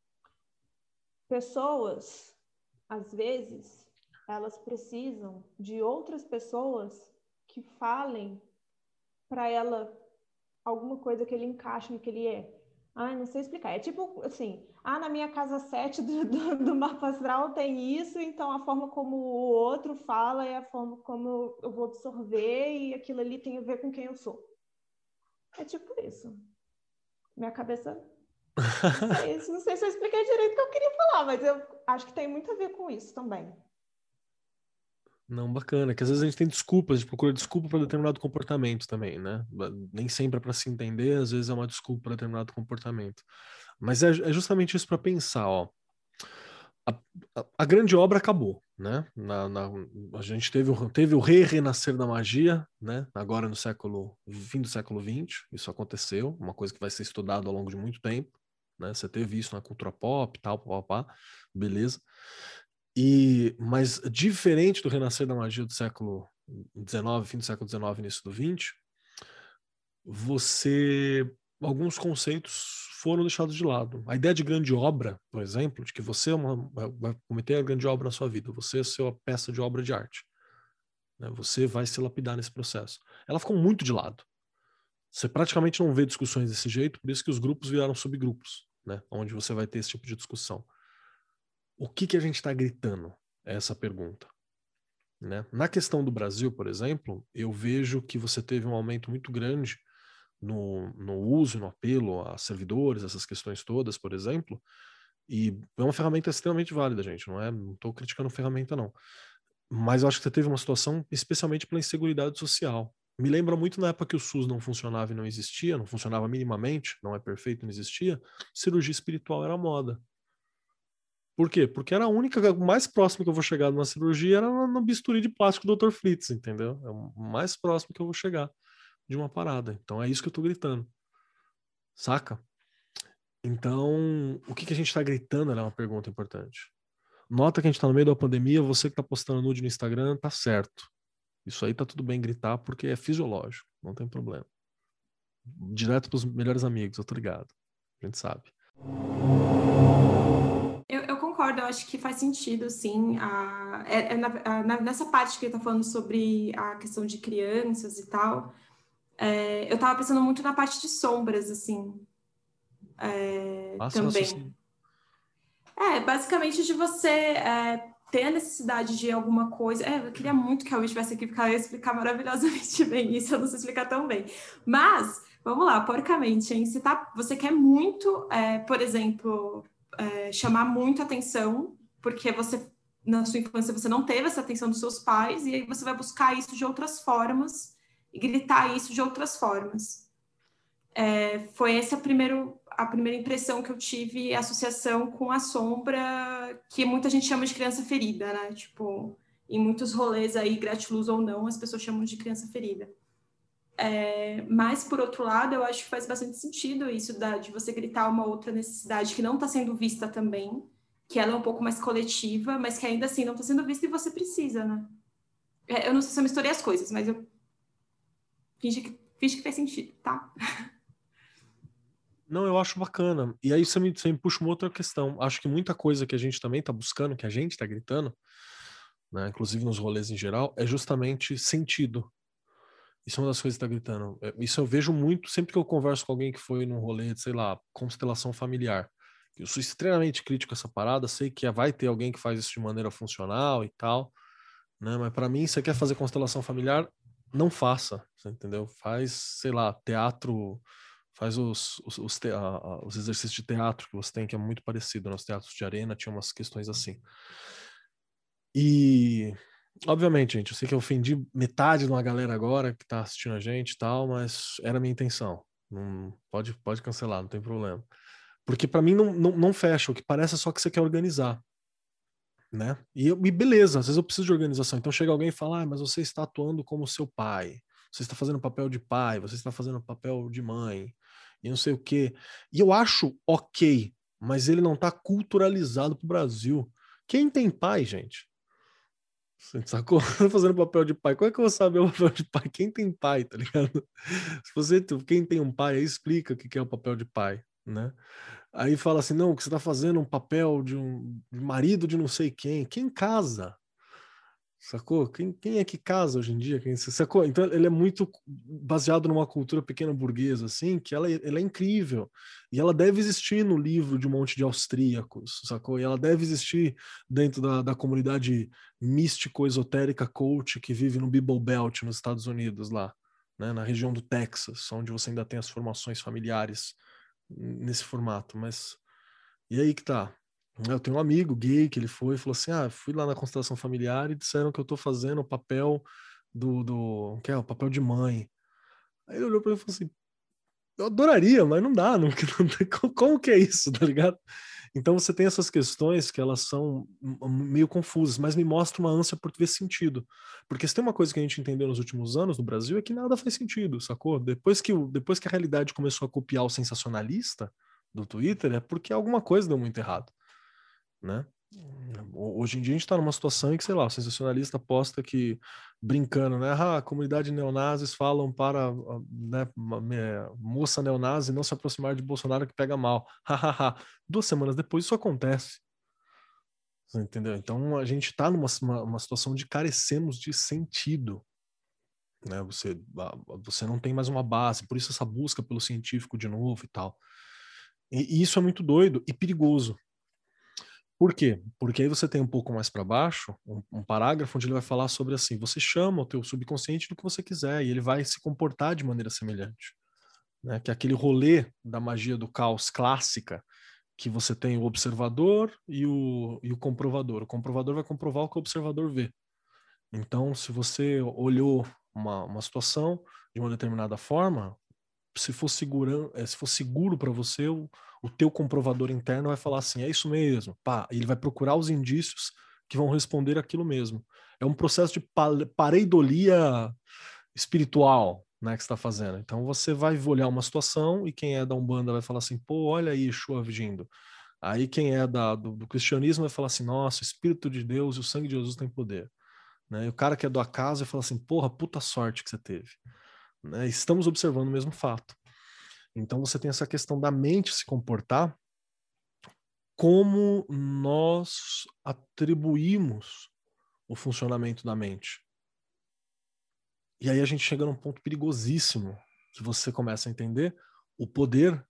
Pessoas, às vezes, elas precisam de outras pessoas que falem para ela alguma coisa que ele encaixe no que ele é. Ah, não sei explicar. É tipo assim, na minha casa 7 do mapa astral tem isso, então a forma como o outro fala é a forma como eu vou absorver e aquilo ali tem a ver com quem eu sou. É tipo isso. Minha cabeça... Não sei se eu expliquei direito o que eu queria falar, mas eu acho que tem muito a ver com isso também. Não, bacana, que às vezes a gente tem desculpas, a gente procura desculpa para determinado comportamento também, né? Nem sempre é para se entender, às vezes é uma desculpa para determinado comportamento. Mas é justamente isso para pensar, ó. a grande obra acabou, né? A gente teve o renascer da magia, né? Agora no fim do século XX, isso aconteceu, uma coisa que vai ser estudada ao longo de muito tempo, né? Você teve isso na cultura pop, tal, papapá, beleza. Mas diferente do renascer da magia do século XIX, fim do século XIX, início do XX, alguns conceitos foram deixados de lado. A ideia de grande obra, por exemplo, de que você vai cometer a grande obra na sua vida, você é a sua peça de obra de arte, né? Você vai se lapidar nesse processo. Ela ficou muito de lado. Você praticamente não vê discussões desse jeito, por isso que os grupos viraram subgrupos, né? Onde você vai ter esse tipo de discussão. O que a gente está gritando? É essa pergunta, né? Na questão do Brasil, por exemplo, eu vejo que você teve um aumento muito grande no uso, no apelo a servidores, essas questões todas, por exemplo, e é uma ferramenta extremamente válida, gente, não estou criticando ferramenta, não. Mas eu acho que você teve uma situação especialmente pela inseguridade social. Me lembra muito na época que o SUS não funcionava e não existia, não funcionava minimamente, não é perfeito, não existia, cirurgia espiritual era moda. Por quê? Porque era a única, o mais próximo que eu vou chegar numa cirurgia era no bisturi de plástico do Dr. Fritz, entendeu? É o mais próximo que eu vou chegar de uma parada. Então é isso que eu tô gritando. Saca? Então, o que a gente tá gritando é uma pergunta importante. Nota que a gente tá no meio da pandemia, você que tá postando nude no Instagram, tá certo. Isso aí tá tudo bem gritar porque é fisiológico, não tem problema. Direto pros melhores amigos, eu tô ligado. A gente sabe. Eu concordo, eu acho que faz sentido, sim. Nessa parte que ele tá falando sobre a questão de crianças e tal, eu tava pensando muito na parte de sombras, assim, também. Basicamente de você ter a necessidade de alguma coisa. Eu queria muito que a Wish estivesse aqui, porque ela ia explicar maravilhosamente bem isso, eu não sei explicar tão bem. Mas, vamos lá, porcamente, hein? Você quer muito, por exemplo, chamar muito atenção, porque na sua infância, você não teve essa atenção dos seus pais, e aí você vai buscar isso de outras formas e gritar isso de outras formas. Foi essa a primeira impressão que eu tive, a associação com a sombra, que muita gente chama de criança ferida, né? Tipo, em muitos rolês aí, gratiluz ou não, as pessoas chamam de criança ferida. Mas, por outro lado, eu acho que faz bastante sentido isso de você gritar uma outra necessidade que não está sendo vista também, que ela é um pouco mais coletiva, mas que ainda assim não está sendo vista e você precisa, né? Eu não sei se eu misturei as coisas, mas eu fingi que fez sentido, tá? Não, eu acho bacana. E aí você me puxa uma outra questão. Acho que muita coisa que a gente também está buscando, que a gente está gritando, né, inclusive nos rolês em geral, é justamente sentido. Isso é uma das coisas que está gritando. Isso eu vejo muito sempre que eu converso com alguém que foi num rolê de, sei lá, constelação familiar. Eu sou extremamente crítico a essa parada, sei que vai ter alguém que faz isso de maneira funcional e tal, né? Mas para mim, você quer fazer constelação familiar, não faça, você entendeu? Faz, sei lá, teatro, faz os exercícios de teatro que você tem, que é muito parecido. Nos teatros de arena tinha umas questões assim. E, obviamente, gente, eu sei que eu ofendi metade de uma galera agora que tá assistindo a gente e tal, mas era a minha intenção. Não, pode cancelar, não tem problema. Porque para mim não fecha, o que parece é só que você quer organizar, né? E beleza, às vezes eu preciso de organização. Então chega alguém e fala, mas você está atuando como seu pai, você está fazendo papel de pai, você está fazendo papel de mãe, e não sei o quê. E eu acho ok, mas ele não está culturalizado pro Brasil. Quem tem pai, gente? Você sacou? Fazendo papel de pai. Como é que eu vou saber o papel de pai? Quem tem pai, tá ligado? Quem tem um pai, aí explica o que é o papel de pai, né? Aí fala assim, não, que você tá fazendo um papel de marido de não sei quem. Quem casa? Sacou? Quem é que casa hoje em dia? Sacou? Então ele é muito baseado numa cultura pequena burguesa, assim, que ela é incrível. E ela deve existir no livro de um monte de austríacos, sacou? E ela deve existir dentro da comunidade místico-esotérica coach que vive no Bible Belt, nos Estados Unidos, lá, né? Na região do Texas, onde você ainda tem as formações familiares nesse formato. Mas e aí que tá? Eu tenho um amigo gay que ele foi e falou assim, fui lá na constelação familiar e disseram que eu tô fazendo o papel que é o papel de mãe. Aí ele olhou pra mim e falou assim, eu adoraria, mas não dá, como que é isso, tá ligado? Então você tem essas questões que elas são meio confusas, mas me mostra uma ânsia por ver sentido. Porque se tem uma coisa que a gente entendeu nos últimos anos no Brasil é que nada faz sentido, sacou? Depois que a realidade começou a copiar o sensacionalista do Twitter, é porque alguma coisa deu muito errado, né? Hoje em dia a gente está numa situação em que, sei lá, o sensacionalista posta que, brincando, né? A comunidade neonazis falam para, né, moça neonazi não se aproximar de Bolsonaro que pega mal. 2 semanas depois isso acontece. Você entendeu? Então a gente está numa situação de carecemos de sentido. Né? Você não tem mais uma base, por isso essa busca pelo científico de novo e tal. E isso é muito doido e perigoso. Por quê? Porque aí você tem um pouco mais para baixo um parágrafo onde ele vai falar sobre assim, você chama o teu subconsciente do que você quiser e ele vai se comportar de maneira semelhante. Né? Que é aquele rolê da magia do caos clássica, que você tem o observador e o comprovador. O comprovador vai comprovar o que o observador vê. Então, se você olhou uma situação de uma determinada forma, se for seguro para você, o teu comprovador interno vai falar assim, é isso mesmo, pá, ele vai procurar os indícios que vão responder aquilo mesmo. É um processo de pareidolia espiritual, né, que você está fazendo. Então você vai olhar uma situação e quem é da Umbanda vai falar assim, pô, olha aí Yeshua vindo. Aí quem é do cristianismo vai falar assim, nossa, o Espírito de Deus e o sangue de Jesus tem poder. Né? E o cara que é do acaso vai falar assim, porra, puta sorte que você teve. Né? Estamos observando o mesmo fato. Então você tem essa questão da mente se comportar como nós atribuímos o funcionamento da mente. E aí a gente chega num ponto perigosíssimo, que você começa a entender o poder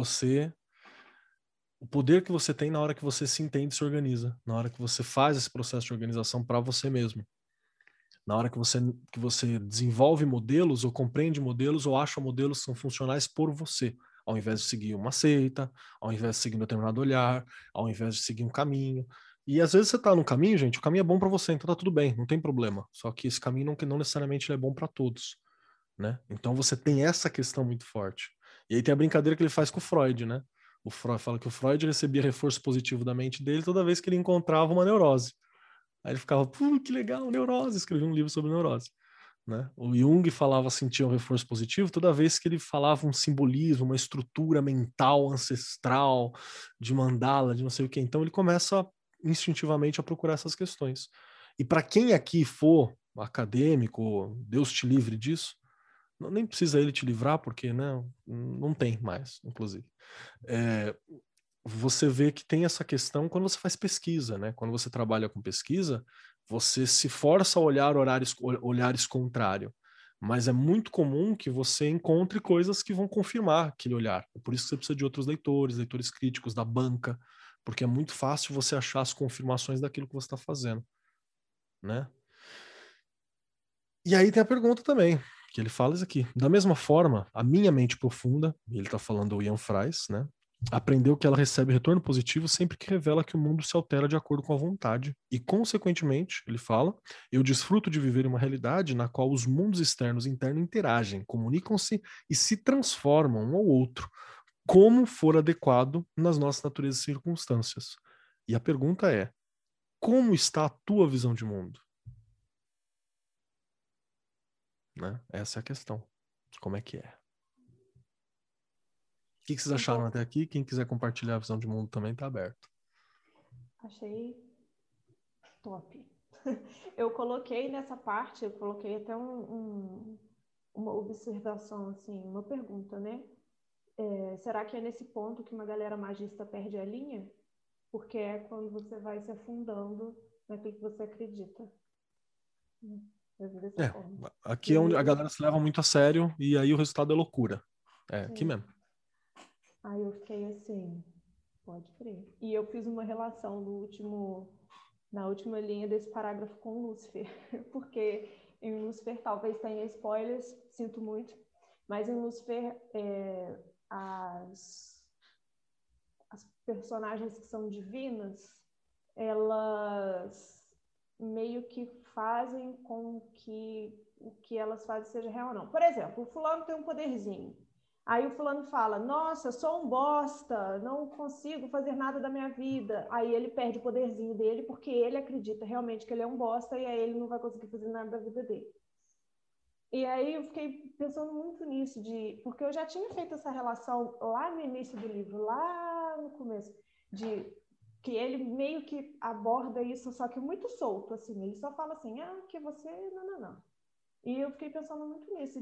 que você tem na hora que você se entende e se organiza, na hora que você faz esse processo de organização para você mesmo. Na hora que você desenvolve modelos, ou compreende modelos, ou acha modelos que são funcionais por você, ao invés de seguir uma seita, ao invés de seguir um determinado olhar, ao invés de seguir um caminho. E às vezes você está num caminho, gente, o caminho é bom para você, então tá tudo bem, não tem problema. Só que esse caminho não necessariamente é bom para todos, né? Então você tem essa questão muito forte. E aí tem a brincadeira que ele faz com o Freud, né? O Freud fala que o Freud recebia reforço positivo da mente dele toda vez que ele encontrava uma neurose. Aí ele ficava, que legal, neurose, escrevia um livro sobre neurose. Né? O Jung falava sentir um reforço positivo toda vez que ele falava um simbolismo, uma estrutura mental ancestral, de mandala, de não sei o que. Então ele começa instintivamente a procurar essas questões. E para quem aqui for acadêmico, Deus te livre disso, nem precisa ele te livrar, porque né, não tem mais, inclusive. Você vê que tem essa questão quando você faz pesquisa, né? Quando você trabalha com pesquisa, você se força a olhar olhares contrários. Mas é muito comum que você encontre coisas que vão confirmar aquele olhar. É por isso que você precisa de outros leitores críticos, da banca, porque é muito fácil você achar as confirmações daquilo que você está fazendo, né? E aí tem a pergunta também, que ele fala isso aqui. Da mesma forma, a minha mente profunda, e ele está falando do Ian Fries, né? Aprendeu que ela recebe retorno positivo sempre que revela que o mundo se altera de acordo com a vontade. E, consequentemente, ele fala, eu desfruto de viver uma realidade na qual os mundos externos e internos interagem, comunicam-se e se transformam um ao outro, como for adequado nas nossas naturezas e circunstâncias. E a pergunta é, como está a tua visão de mundo? Né? Essa é a questão. Como é que é? O que vocês acharam até aqui? Quem quiser compartilhar a visão de mundo também está aberto. Achei top. Eu coloquei nessa parte, eu coloquei até uma observação, assim, uma pergunta, né? Será que é nesse ponto que uma galera magista perde a linha? Porque é quando você vai se afundando naquilo que você acredita. Aqui é onde a galera se leva muito a sério e aí o resultado é loucura. É, sim. Aqui mesmo. Aí eu fiquei assim, pode crer. E eu fiz uma relação na última linha desse parágrafo com Lúcifer, porque em Lúcifer talvez tenha spoilers, sinto muito, mas em Lúcifer as personagens que são divinas, elas meio que fazem com que o que elas fazem seja real ou não. Por exemplo, o fulano tem um poderzinho. Aí o fulano fala, nossa, sou um bosta, não consigo fazer nada da minha vida. Aí ele perde o poderzinho dele porque ele acredita realmente que ele é um bosta e aí ele não vai conseguir fazer nada da vida dele. E aí eu fiquei pensando muito nisso, porque eu já tinha feito essa relação lá no início do livro, lá no começo, de que ele meio que aborda isso, só que muito solto, assim, ele só fala assim, que você, não. E eu fiquei pensando muito nisso,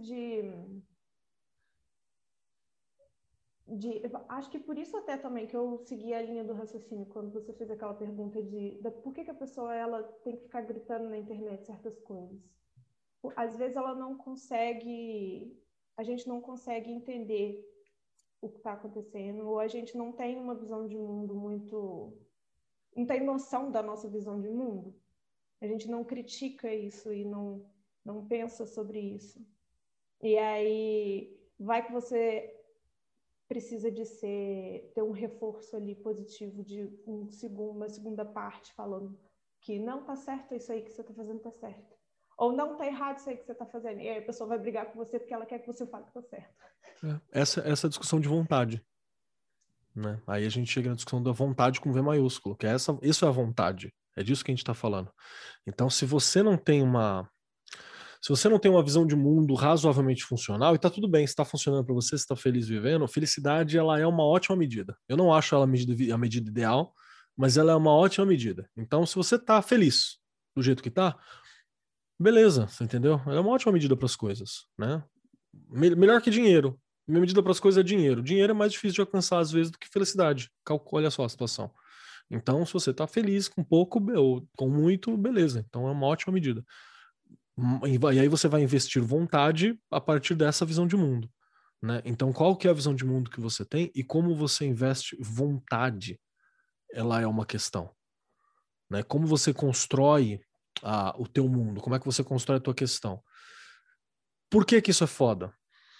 acho que por isso até também que eu segui a linha do raciocínio quando você fez aquela pergunta por que a pessoa ela tem que ficar gritando na internet certas coisas. Às vezes ela não consegue, a gente não consegue entender o que está acontecendo, ou a gente não tem uma visão de mundo não tem noção da nossa visão de mundo. A gente não critica isso e não pensa sobre isso. E aí vai que você precisa ter um reforço ali positivo de uma segunda parte falando que não tá certo isso aí que você tá fazendo, tá certo. Ou não tá errado isso aí que você tá fazendo. E aí a pessoa vai brigar com você porque ela quer que você fale que tá certo. Essa discussão de vontade, né? Aí a gente chega na discussão da vontade com V maiúsculo, que isso é a vontade. É disso que a gente tá falando. Então, se você não tem uma visão de mundo razoavelmente funcional, e tá tudo bem, se tá funcionando para você, se tá feliz vivendo, felicidade ela é uma ótima medida. Eu não acho ela a medida ideal, mas ela é uma ótima medida. Então, se você tá feliz do jeito que tá, beleza, você entendeu? Ela é uma ótima medida para as coisas, né? Melhor que dinheiro. Minha medida para as coisas é dinheiro. Dinheiro é mais difícil de alcançar às vezes do que felicidade. Olha só a situação. Então, se você tá feliz com pouco ou com muito, beleza. Então é uma ótima medida. E aí você vai investir vontade a partir dessa visão de mundo, né? Então, qual que é a visão de mundo que você tem e como você investe vontade? Ela é uma questão, né? Como você constrói o teu mundo? Como é que você constrói a tua questão? Por que que isso é foda?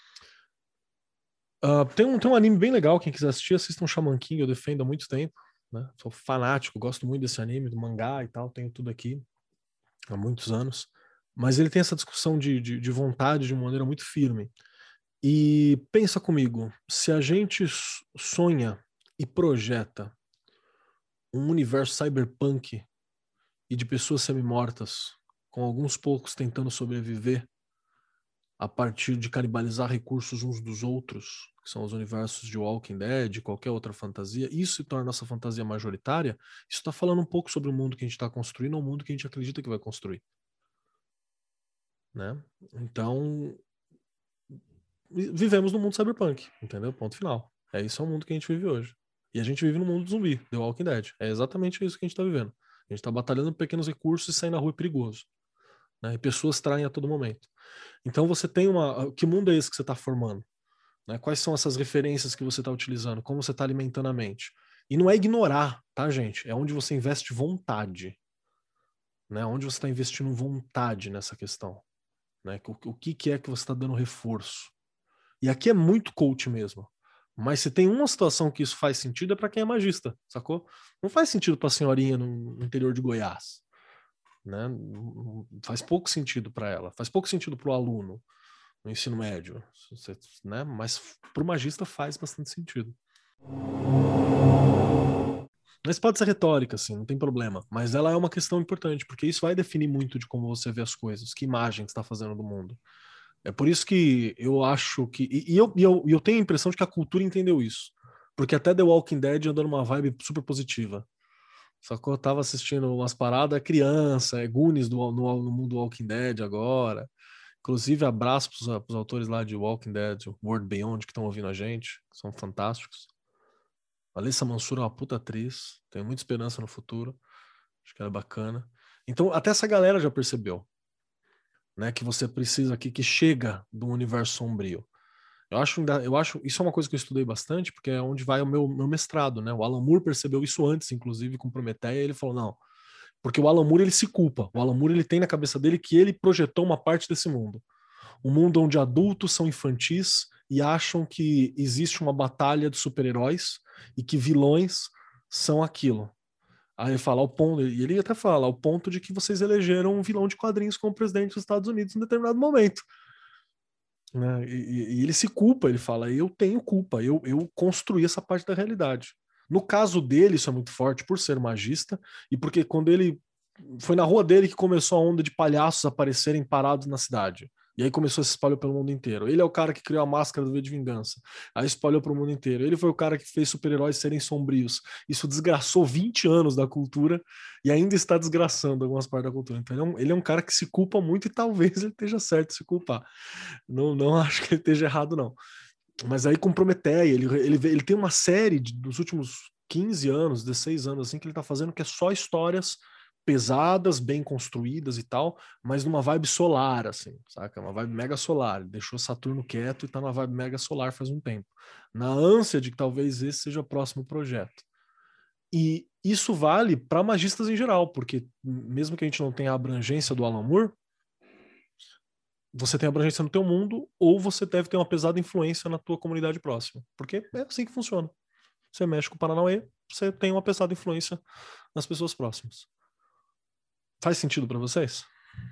Tem um anime bem legal, quem quiser assistir, assistam Shaman King, eu defendo há muito tempo, né? Sou fanático, gosto muito desse anime, do mangá e tal, tenho tudo aqui há muitos anos. Mas ele tem essa discussão de vontade de uma maneira muito firme. E pensa comigo, se a gente sonha e projeta um universo cyberpunk e de pessoas semi-mortas, com alguns poucos tentando sobreviver a partir de canibalizar recursos uns dos outros, que são os universos de Walking Dead, qualquer outra fantasia, isso se torna nossa fantasia majoritária, isso está falando um pouco sobre o mundo que a gente está construindo ou o mundo que a gente acredita que vai construir. Né? Então, vivemos no mundo cyberpunk, entendeu? Ponto final. Isso é o mundo que a gente vive hoje. E a gente vive no mundo zumbi, The Walking Dead. É exatamente isso que a gente tá vivendo. A gente tá batalhando pequenos recursos e sair na rua é perigoso. Né? E pessoas traem a todo momento. Então você tem que mundo é esse que você tá formando? Né? Quais são essas referências que você tá utilizando? Como você tá alimentando a mente? E não é ignorar, tá, gente? É onde você investe vontade. Né? Onde você tá investindo vontade nessa questão. Né? O que é que você tá dando reforço? E aqui é muito coach mesmo. Mas se tem uma situação que isso faz sentido é para quem é magista, sacou? Não faz sentido para a senhorinha no interior de Goiás, né? Faz pouco sentido para ela, faz pouco sentido para o aluno no ensino médio, né? Mas para o magista faz bastante sentido. Mas pode ser retórica, assim, não tem problema. Mas ela é uma questão importante, porque isso vai definir muito de como você vê as coisas, que imagem você está fazendo do mundo. É por isso que eu acho que. Eu tenho a impressão de que a cultura entendeu isso. Porque até The Walking Dead andou numa vibe super positiva. Só que eu tava assistindo umas paradas, criança, Goonies no mundo Walking Dead agora. Inclusive, abraço pros autores lá de Walking Dead, World Beyond, que estão ouvindo a gente, que são fantásticos. A Alissa Mansura é uma puta atriz, tenho muita esperança no futuro. Acho que ela é bacana. Então, até essa galera já percebeu. Né, que você precisa aqui, que chega do universo sombrio. Eu acho, isso é uma coisa que eu estudei bastante, porque é onde vai o meu mestrado, né? O Alan Moore percebeu isso antes, inclusive, com Prometeia, e ele falou, não, porque o Alan Moore, ele se culpa. O Alan Moore, ele tem na cabeça dele que ele projetou uma parte desse mundo. Um mundo onde adultos são infantis e acham que existe uma batalha de super-heróis e que vilões são aquilo. Aí ele fala, e ele até fala, ao ponto de que vocês elegeram um vilão de quadrinhos como presidente dos Estados Unidos em determinado momento. né? E ele se culpa, ele fala, eu tenho culpa, eu construí essa parte da realidade. No caso dele, isso é muito forte por ser magista e porque quando ele foi na rua dele que começou a onda de palhaços aparecerem parados na cidade. E aí começou a se espalhar pelo mundo inteiro. Ele é o cara que criou a máscara do V de Vingança. Aí espalhou para o mundo inteiro. Ele foi o cara que fez super-heróis serem sombrios. Isso desgraçou 20 anos da cultura e ainda está desgraçando algumas partes da cultura. Então ele é um cara que se culpa muito e talvez ele esteja certo se culpar. Não acho que ele esteja errado, não. Mas aí com Prometeia, ele tem uma série dos últimos 15 anos, 16 anos, assim, que ele tá fazendo que é só histórias pesadas, bem construídas e tal, mas numa vibe solar, assim, saca? Uma vibe mega solar. Ele deixou Saturno quieto e tá numa vibe mega solar faz um tempo. Na ânsia de que talvez esse seja o próximo projeto. E isso vale para magistas em geral, porque mesmo que a gente não tenha a abrangência do Alan Moore, você tem abrangência no teu mundo ou você deve ter uma pesada influência na tua comunidade próxima. Porque é assim que funciona. Você mexe com o Paranauê, você tem uma pesada influência nas pessoas próximas. Faz sentido para vocês?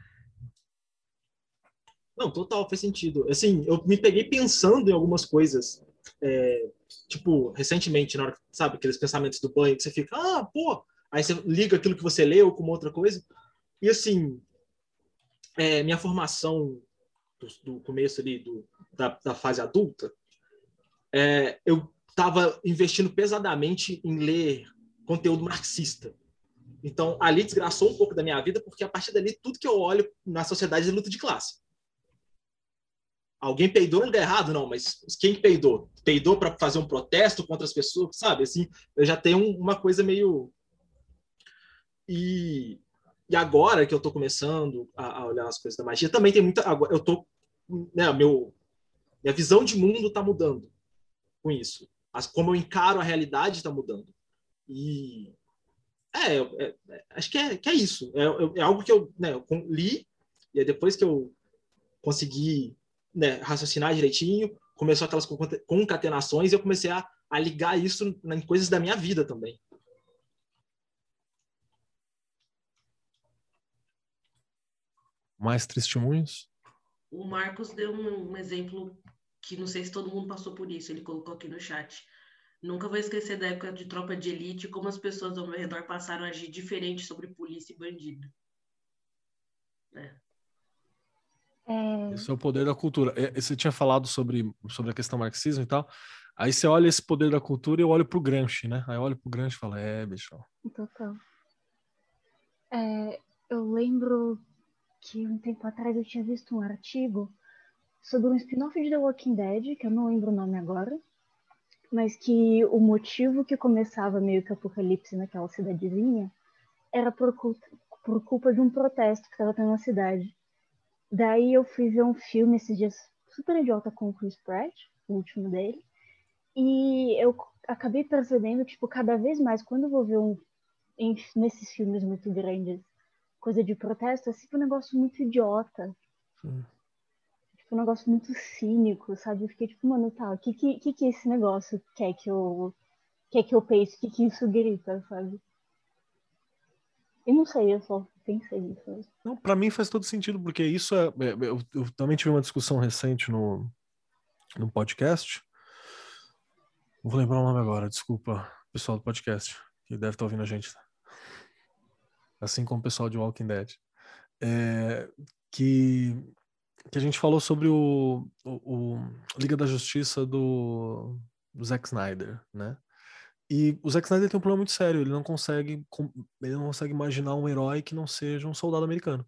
Não, total, faz sentido. Assim, eu me peguei pensando em algumas coisas. Tipo, recentemente, na hora que, sabe, aqueles pensamentos do banho, que você fica, pô, aí você liga aquilo que você leu com uma outra coisa. E assim, minha formação do começo ali, da fase adulta, eu estava investindo pesadamente em ler conteúdo marxista. Então, ali desgraçou um pouco da minha vida, porque a partir dali, tudo que eu olho na sociedade é luta de classe. Alguém peidou no lugar errado? Não, mas quem peidou? Peidou para fazer um protesto contra as pessoas, sabe? Assim, eu já tenho uma coisa meio... E agora que eu estou começando a olhar as coisas da magia, também tem muita... Agora, eu tô... Né, minha visão de mundo está mudando com isso. Como eu encaro a realidade está mudando. E... acho que é isso. É algo que eu li, e aí depois que eu consegui raciocinar direitinho, começou aquelas concatenações e eu comecei a ligar isso em coisas da minha vida também. Mais testemunhos? O Marcos deu um exemplo que não sei se todo mundo passou por isso, ele colocou aqui no chat. Nunca vou esquecer da época de Tropa de Elite, como as pessoas ao meu redor passaram a agir diferente sobre polícia e bandido. Esse é o poder da cultura. Você tinha falado sobre a questão marxismo e tal. Aí você olha esse poder da cultura e eu olho pro Gramsci, né? Aí eu olho pro Gramsci e falo, bicho. Total. Eu lembro que um tempo atrás eu tinha visto um artigo sobre um spin-off de The Walking Dead, que eu não lembro o nome agora, mas que o motivo que começava meio que o apocalipse naquela cidadezinha era por culpa de um protesto que estava tendo na cidade. Daí eu fui ver um filme esses dias super idiota com o Chris Pratt, o último dele, e eu acabei percebendo, tipo, cada vez mais, quando eu vou ver nesses filmes muito grandes, coisa de protesto, é sempre um negócio muito idiota. Tipo, um negócio muito cínico, sabe? Eu fiquei tipo, mano, tá, o que esse negócio quer que eu pense? O que isso grita, sabe? Eu não sei, eu só pensei nisso. Não, para mim faz todo sentido, porque isso eu também tive uma discussão recente no podcast. Não vou lembrar o nome agora, desculpa, pessoal do podcast, que deve estar ouvindo a gente. Assim como o pessoal de Walking Dead. Que a gente falou sobre o Liga da Justiça do Zack Snyder, né? E o Zack Snyder tem um problema muito sério, ele não consegue imaginar um herói que não seja um soldado americano.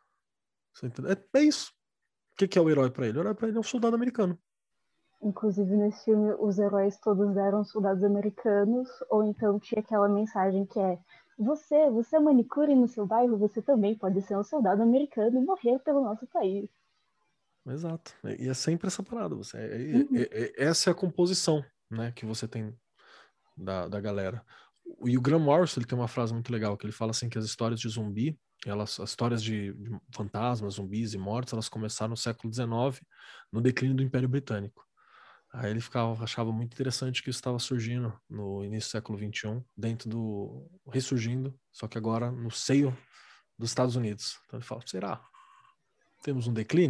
É isso. O que é o herói para ele? O herói para ele é um soldado americano. Inclusive, nesse filme, os heróis todos eram soldados americanos, ou então tinha aquela mensagem que é: você é manicure no seu bairro, você também pode ser um soldado americano e morrer pelo nosso país. Exato. E é sempre essa parada. Essa é a composição, né, que você tem da galera. E o Graham Morrison, ele tem uma frase muito legal, que ele fala assim que as histórias de zumbi, as histórias de fantasmas, zumbis e mortos, elas começaram no século XIX, no declínio do Império Britânico. Aí ele achava muito interessante que isso estava surgindo no início do século XXI, ressurgindo, só que agora no seio dos Estados Unidos. Então ele fala, será? Temos um declínio?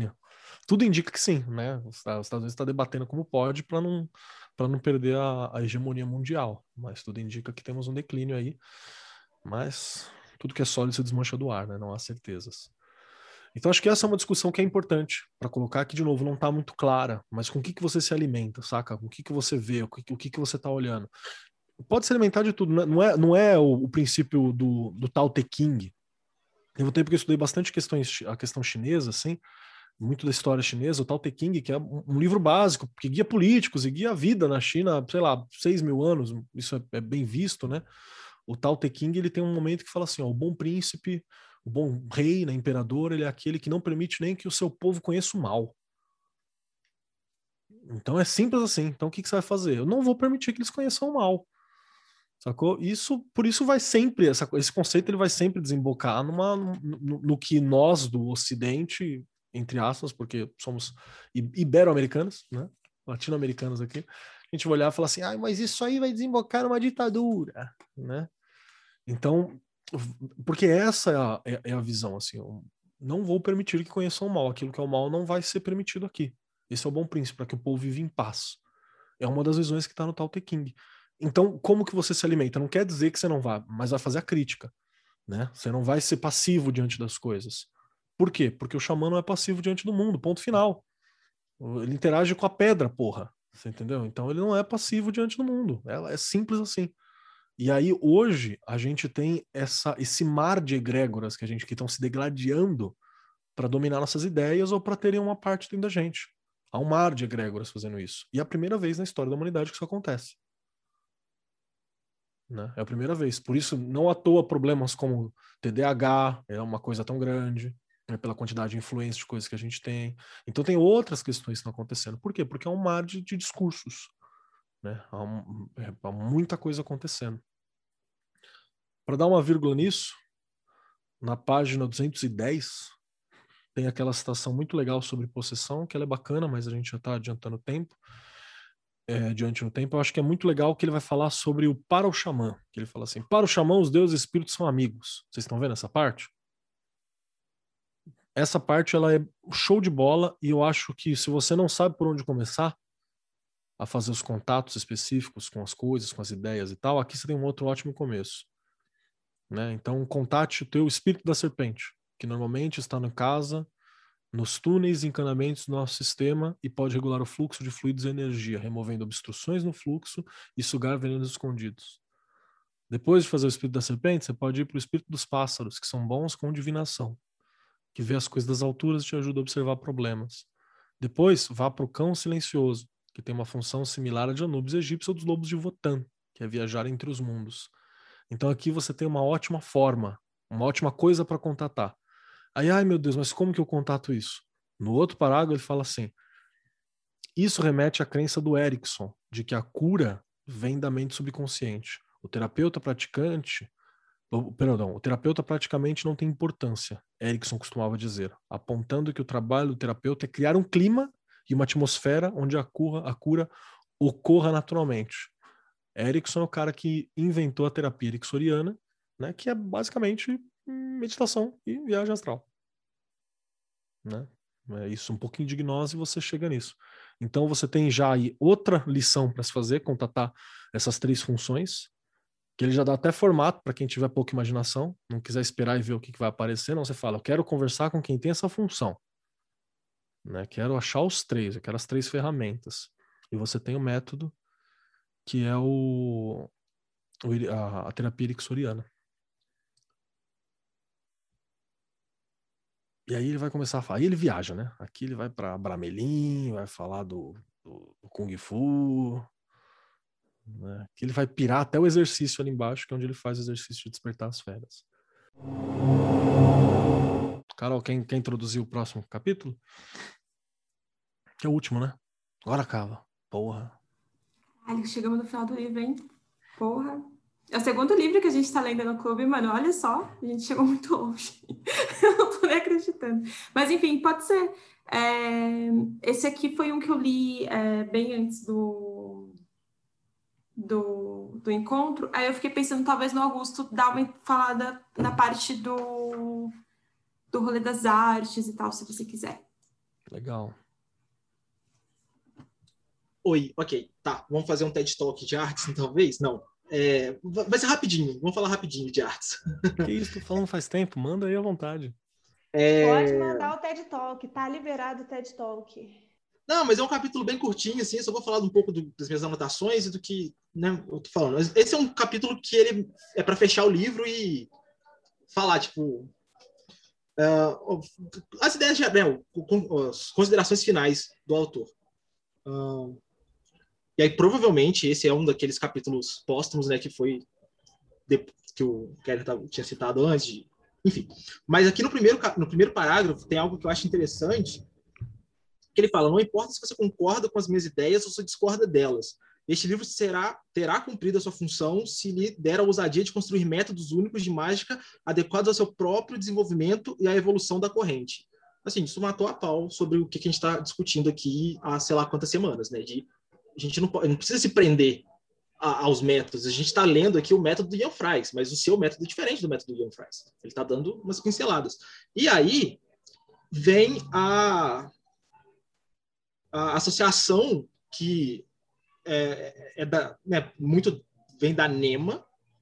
Tudo indica que sim, né? Os Estados Unidos está debatendo como pode para não perder a hegemonia mundial. Mas tudo indica que temos um declínio aí. Mas tudo que é sólido se desmancha do ar, né? Não há certezas. Então acho que essa é uma discussão que é importante para colocar aqui de novo, não está muito clara, mas com o que você se alimenta, saca? Com o que você vê, o que você está olhando. Pode se alimentar de tudo, não é o princípio do Tao Te Ching. Teve um tempo que eu estudei bastante a questão chinesa, assim, muito da história chinesa, o Tao Te Ching, que é um livro básico, que guia políticos e guia a vida na China, sei lá, 6.000 anos, isso é bem visto, né? O Tao Te Ching, ele tem um momento que fala assim, ó, o bom príncipe, o bom rei, né, imperador, ele é aquele que não permite nem que o seu povo conheça o mal. Então é simples assim. Então o que você vai fazer? Eu não vou permitir que eles conheçam o mal. Sacou? Por isso vai sempre, esse conceito ele vai sempre desembocar no que nós do Ocidente, entre aspas, porque somos ibero-americanos, né? Latino-americanos aqui, a gente vai olhar e falar assim, mas isso aí vai desembocar numa ditadura, né? Então, porque essa é a visão, assim, eu não vou permitir que conheçam o mal, aquilo que é o mal não vai ser permitido aqui. Esse é o bom príncipe, para que o povo viva em paz. É uma das visões que está no Tao Te Ching. Então, como que você se alimenta? Não quer dizer que você não vá, mas vai fazer a crítica, né? Você não vai ser passivo diante das coisas. Por quê? Porque o xamã não é passivo diante do mundo, ponto final. Ele interage com a pedra, porra. Você entendeu? Então ele não é passivo diante do mundo. É simples assim. E aí, hoje, a gente tem esse mar de egrégoras que estão se degladiando para dominar nossas ideias ou para terem uma parte dentro da gente. Há um mar de egrégoras fazendo isso. E é a primeira vez na história da humanidade que isso acontece. Né? É a primeira vez. Por isso, não à toa problemas como TDAH é uma coisa tão grande, né? Pela quantidade de influência de coisas que a gente tem. Então, tem outras questões que estão acontecendo. Por quê? Porque é um mar de discursos. Né? Há muita coisa acontecendo. Para dar uma vírgula nisso, na página 210, tem aquela citação muito legal sobre possessão, que ela é bacana, mas a gente já está adiantando o tempo. Diante no tempo, eu acho que é muito legal que ele vai falar sobre o para o xamã. Que ele fala assim, para o xamã os deuses e espíritos são amigos. Vocês estão vendo essa parte? Essa parte ela é show de bola e eu acho que se você não sabe por onde começar a fazer os contatos específicos com as coisas, com as ideias e tal, aqui você tem um outro ótimo começo. Né? Então, contate o teu espírito da serpente, que normalmente está na casa, nos túneis e encanamentos do nosso sistema e pode regular o fluxo de fluidos e energia, removendo obstruções no fluxo e sugar venenos escondidos. Depois de fazer o espírito da serpente, você pode ir para o espírito dos pássaros, que são bons com divinação, que vê as coisas das alturas e te ajuda a observar problemas. Depois, vá para o cão silencioso, que tem uma função similar à de Anubis egípcio ou dos lobos de Votan, que é viajar entre os mundos. Então aqui você tem uma ótima forma, uma ótima coisa para contatar. Aí, ai meu Deus, mas como que eu contato isso? No outro parágrafo ele fala assim, isso remete à crença do Erickson, de que a cura vem da mente subconsciente. O terapeuta praticamente não tem importância, Erickson costumava dizer, apontando que o trabalho do terapeuta é criar um clima e uma atmosfera onde a cura ocorra naturalmente. Erickson é o cara que inventou a terapia ericksoniana, né, que é basicamente meditação e viagem astral. Né? É isso, um pouquinho de gnose e você chega nisso. Então você tem já aí outra lição para se fazer, contatar essas 3 funções, que ele já dá até formato para quem tiver pouca imaginação, não quiser esperar e ver o que vai aparecer, não, você fala, eu quero conversar com quem tem essa função. Né? Quero achar os 3, eu quero as 3 ferramentas. E você tem o método que é a terapia ericksoniana. E aí ele vai começar a falar, aí ele viaja, né? Aqui ele vai para Bramelin, vai falar do Kung Fu, né? Aqui ele vai pirar até o exercício ali embaixo, que é onde ele faz o exercício de despertar as feras. Carol, quer introduzir o próximo capítulo? Que é o último, né? Agora acaba. Porra. Chegamos no final do livro, hein? Porra. É o segundo livro que a gente tá lendo no clube, mano. Olha só, a gente chegou muito longe. Eu não tô nem acreditando. Mas, enfim, pode ser. Esse aqui foi um que eu li bem antes do encontro. Aí eu fiquei pensando, talvez no Augusto dar uma falada na parte do rolê das artes e tal, se você quiser. Legal. Oi, ok, tá. Vamos fazer um TED Talk de artes, talvez? Não. Vai ser rapidinho, vamos falar rapidinho de artes. Que isso, tô falando faz tempo, manda aí à vontade. Pode mandar o TED Talk, tá liberado o TED Talk. Não, mas é um capítulo bem curtinho, assim, eu só vou falar um pouco das minhas anotações e do que, né, eu tô falando. Esse é um capítulo que ele é para fechar o livro e falar, tipo, as ideias, as considerações finais do autor. E aí, provavelmente, esse é um daqueles capítulos póstumos, né, que foi que o Kelly tinha citado antes, enfim. Mas aqui no primeiro parágrafo tem algo que eu acho interessante, que ele fala: não importa se você concorda com as minhas ideias ou se discorda delas. Este livro terá cumprido a sua função se lhe der a ousadia de construir métodos únicos de mágica adequados ao seu próprio desenvolvimento e à evolução da corrente. Assim, isso matou a pau sobre o que a gente está discutindo aqui há sei lá quantas semanas, né? A gente não precisa se prender aos métodos. A gente está lendo aqui o método do Ian Fries, mas o seu método é diferente do método do Ian Fries. Ele está dando umas pinceladas. E aí vem a associação que muito vem da Nima,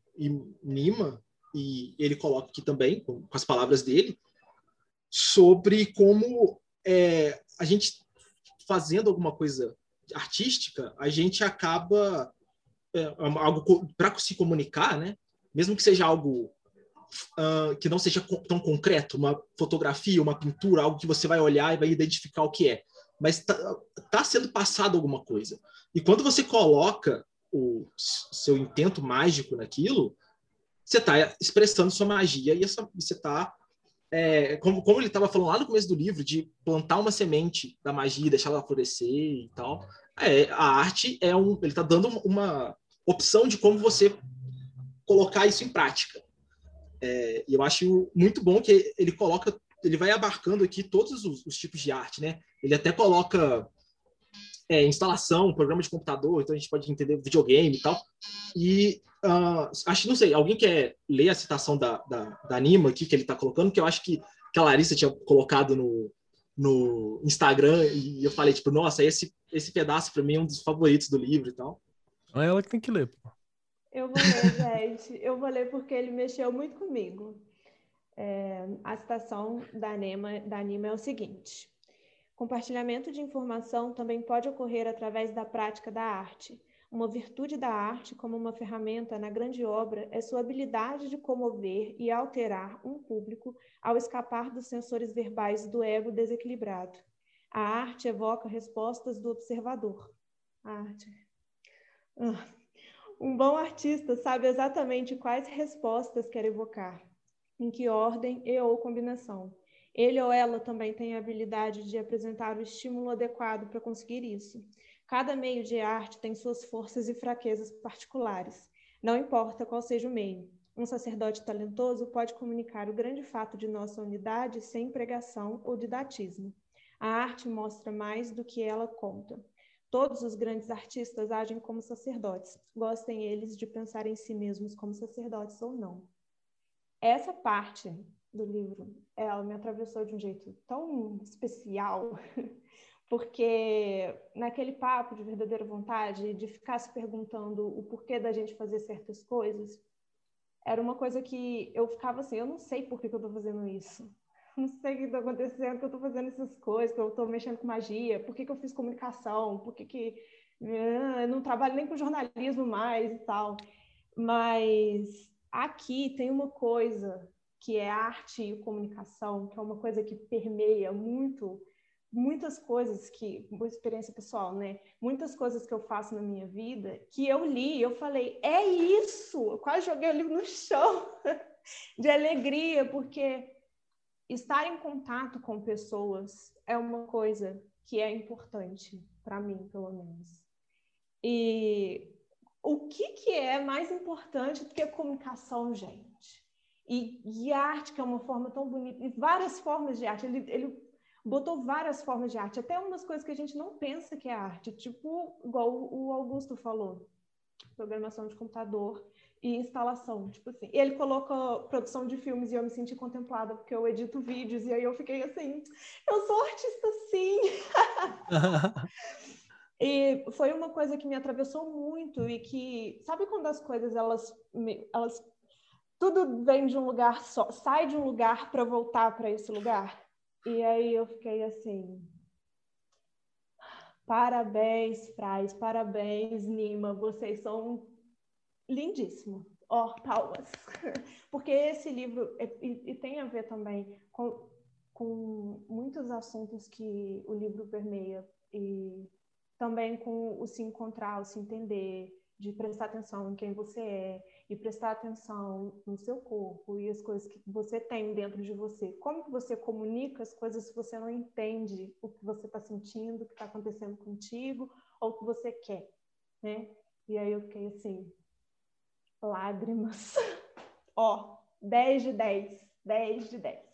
e ele coloca aqui também, com as palavras dele, sobre como a gente, fazendo alguma coisa artística, a gente acaba algo para se comunicar, né? Mesmo que seja algo que não seja tão concreto, uma fotografia, uma pintura, algo que você vai olhar e vai identificar o que é, mas tá sendo passado alguma coisa. E quando você coloca o seu intento mágico naquilo, você está expressando sua magia e você está como ele estava falando lá no começo do livro, de plantar uma semente da magia, deixar ela florescer e tal. A arte ele está dando uma opção de como você colocar isso em prática. E eu acho muito bom que ele vai abarcando aqui todos os tipos de arte, né? Ele até coloca instalação, programa de computador, então a gente pode entender videogame e tal. E acho, não sei, alguém quer ler a citação da Anima aqui que ele está colocando, que eu acho que a Larissa tinha colocado no Instagram, e eu falei, tipo, nossa, esse pedaço para mim é um dos favoritos do livro e tal. É ela que tem que ler, pô. Eu vou ler, gente. Eu vou ler porque ele mexeu muito comigo. A citação da Anima é o seguinte: compartilhamento de informação também pode ocorrer através da prática da arte. Uma virtude da arte, como uma ferramenta na grande obra, é sua habilidade de comover e alterar um público ao escapar dos sensores verbais do ego desequilibrado. A arte evoca respostas do observador. A arte. Um bom artista sabe exatamente quais respostas quer evocar, em que ordem e ou combinação. Ele ou ela também tem a habilidade de apresentar o estímulo adequado para conseguir isso. Cada meio de arte tem suas forças e fraquezas particulares. Não importa qual seja o meio. Um sacerdote talentoso pode comunicar o grande fato de nossa unidade sem pregação ou didatismo. A arte mostra mais do que ela conta. Todos os grandes artistas agem como sacerdotes, gostem eles de pensar em si mesmos como sacerdotes ou não. Essa parte do livro, ela me atravessou de um jeito tão especial, porque naquele papo de verdadeira vontade, de ficar se perguntando o porquê da gente fazer certas coisas, era uma coisa que eu ficava assim, eu não sei por que eu estou fazendo isso. Não sei o que está acontecendo, que eu estou fazendo essas coisas, que eu estou mexendo com magia, por que eu fiz comunicação, por que eu não trabalho nem com jornalismo mais e tal. Mas aqui tem uma coisa que é arte e comunicação, que é uma coisa que permeia muitas coisas que, uma experiência pessoal, né? Muitas coisas que eu faço na minha vida, que eu li, eu falei, é isso! Eu quase joguei o livro no chão de alegria, porque estar em contato com pessoas é uma coisa que é importante para mim, pelo menos. E o que é mais importante do que a comunicação, gente? E arte, que é uma forma tão bonita, e várias formas de arte. Ele botou várias formas de arte, até umas coisas que a gente não pensa que é arte, tipo, igual o Augusto falou. programação de computador e instalação, tipo assim. E ele colocou produção de filmes e eu me senti contemplada, porque eu edito vídeos, e aí eu fiquei assim, eu sou artista sim! E foi uma coisa que me atravessou muito e que, sabe quando as coisas, elas tudo vem de um lugar só, sai de um lugar para voltar para esse lugar? E aí eu fiquei assim, parabéns, Fraz, parabéns, Nima, vocês são lindíssimos. Ó, palmas. Porque esse livro, e tem a ver também com muitos assuntos que o livro permeia, e também com o se encontrar, o se entender, de prestar atenção em quem você é, e prestar atenção no seu corpo e as coisas que você tem dentro de você. Como que você comunica as coisas se você não entende o que você está sentindo, o que está acontecendo contigo, ou o que você quer, né? E aí eu fiquei assim, lágrimas. Ó, 10 de 10, 10 de 10.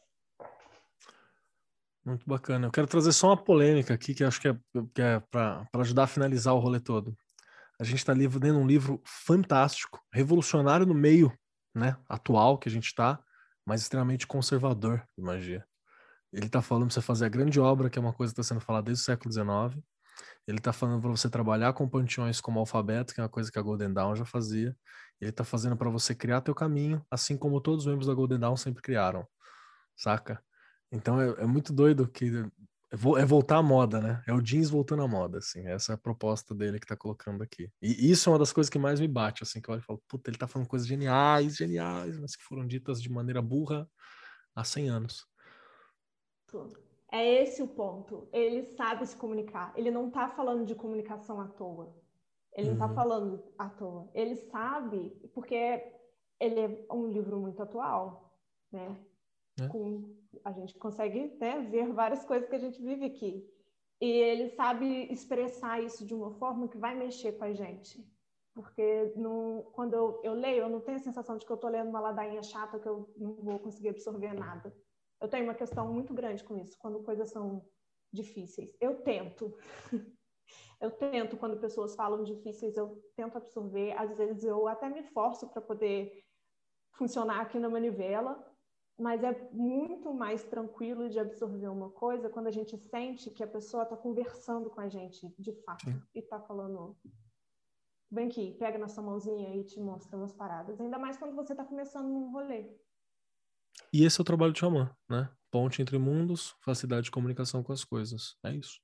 Muito bacana. Eu quero trazer só uma polêmica aqui, que acho que é para ajudar a finalizar o rolê todo. A gente está lendo um livro fantástico, revolucionário no meio, né, atual que a gente está, mas extremamente conservador de magia. Ele está falando para você fazer a grande obra, que é uma coisa que está sendo falada desde o século XIX. Ele está falando para você trabalhar com panteões como alfabeto, que é uma coisa que a Golden Dawn já fazia. Ele está fazendo para você criar teu caminho, assim como todos os membros da Golden Dawn sempre criaram, saca? Então é muito doido que é voltar à moda, né? É o jeans voltando à moda, assim. Essa é a proposta dele que tá colocando aqui. E isso é uma das coisas que mais me bate, assim, que eu olho e falo, puta, ele tá falando coisas geniais, mas que foram ditas de maneira burra há 100 anos. É esse o ponto. Ele sabe se comunicar. Ele não tá falando de comunicação à toa. Ele não tá falando à toa. Ele sabe, porque ele é um livro muito atual, né? A gente consegue, né, ver várias coisas que a gente vive aqui. E ele sabe expressar isso de uma forma que vai mexer com a gente. Porque quando eu leio, eu não tenho a sensação de que eu estou lendo uma ladainha chata que eu não vou conseguir absorver nada. Eu tenho uma questão muito grande com isso, quando coisas são difíceis. Eu tento. Eu tento, quando pessoas falam difíceis, eu tento absorver. Às vezes eu até me forço para poder funcionar aqui na manivela, mas é muito mais tranquilo de absorver uma coisa quando a gente sente que a pessoa está conversando com a gente, de fato, e está falando, vem aqui, pega na sua mãozinha e te mostra umas paradas. Ainda mais quando você está começando num rolê. E esse é o trabalho de xamã, né? Ponte entre mundos, facilidade de comunicação com as coisas. É isso.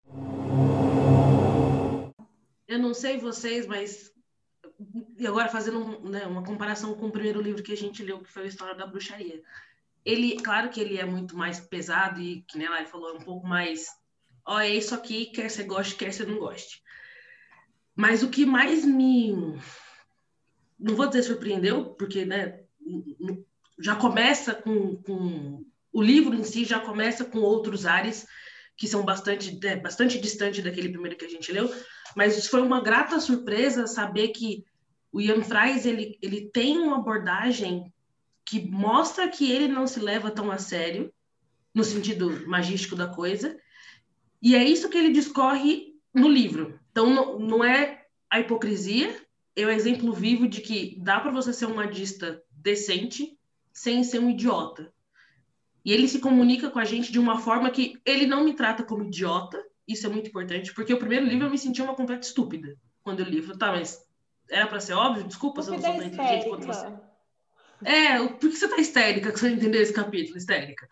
Eu não sei vocês, mas... E agora fazendo uma comparação com o primeiro livro que a gente leu, que foi a História da Bruxaria. Claro que ele é muito mais pesado e, que nem ela falou, um pouco mais... Ó, é isso aqui, quer você goste, quer você não goste. Mas o que mais me... Não vou dizer surpreendeu, porque, né, já começa com... O livro em si já começa com outros ares que são bastante distante daquele primeiro que a gente leu, mas foi uma grata surpresa saber que o Ian Fries, ele tem uma abordagem que mostra que ele não se leva tão a sério, no sentido magístico da coisa, e é isso que ele discorre no livro. Então, não é a hipocrisia, é o exemplo vivo de que dá para você ser um magista decente sem ser um idiota. E ele se comunica com a gente de uma forma que ele não me trata como idiota, isso é muito importante, porque o primeiro livro eu me sentia uma completa estúpida quando eu li. Tá, mas era para ser óbvio? Desculpa se eu não sou tão inteligente quanto você. Por que você tá histérica, que você não entendeu esse capítulo, histérica?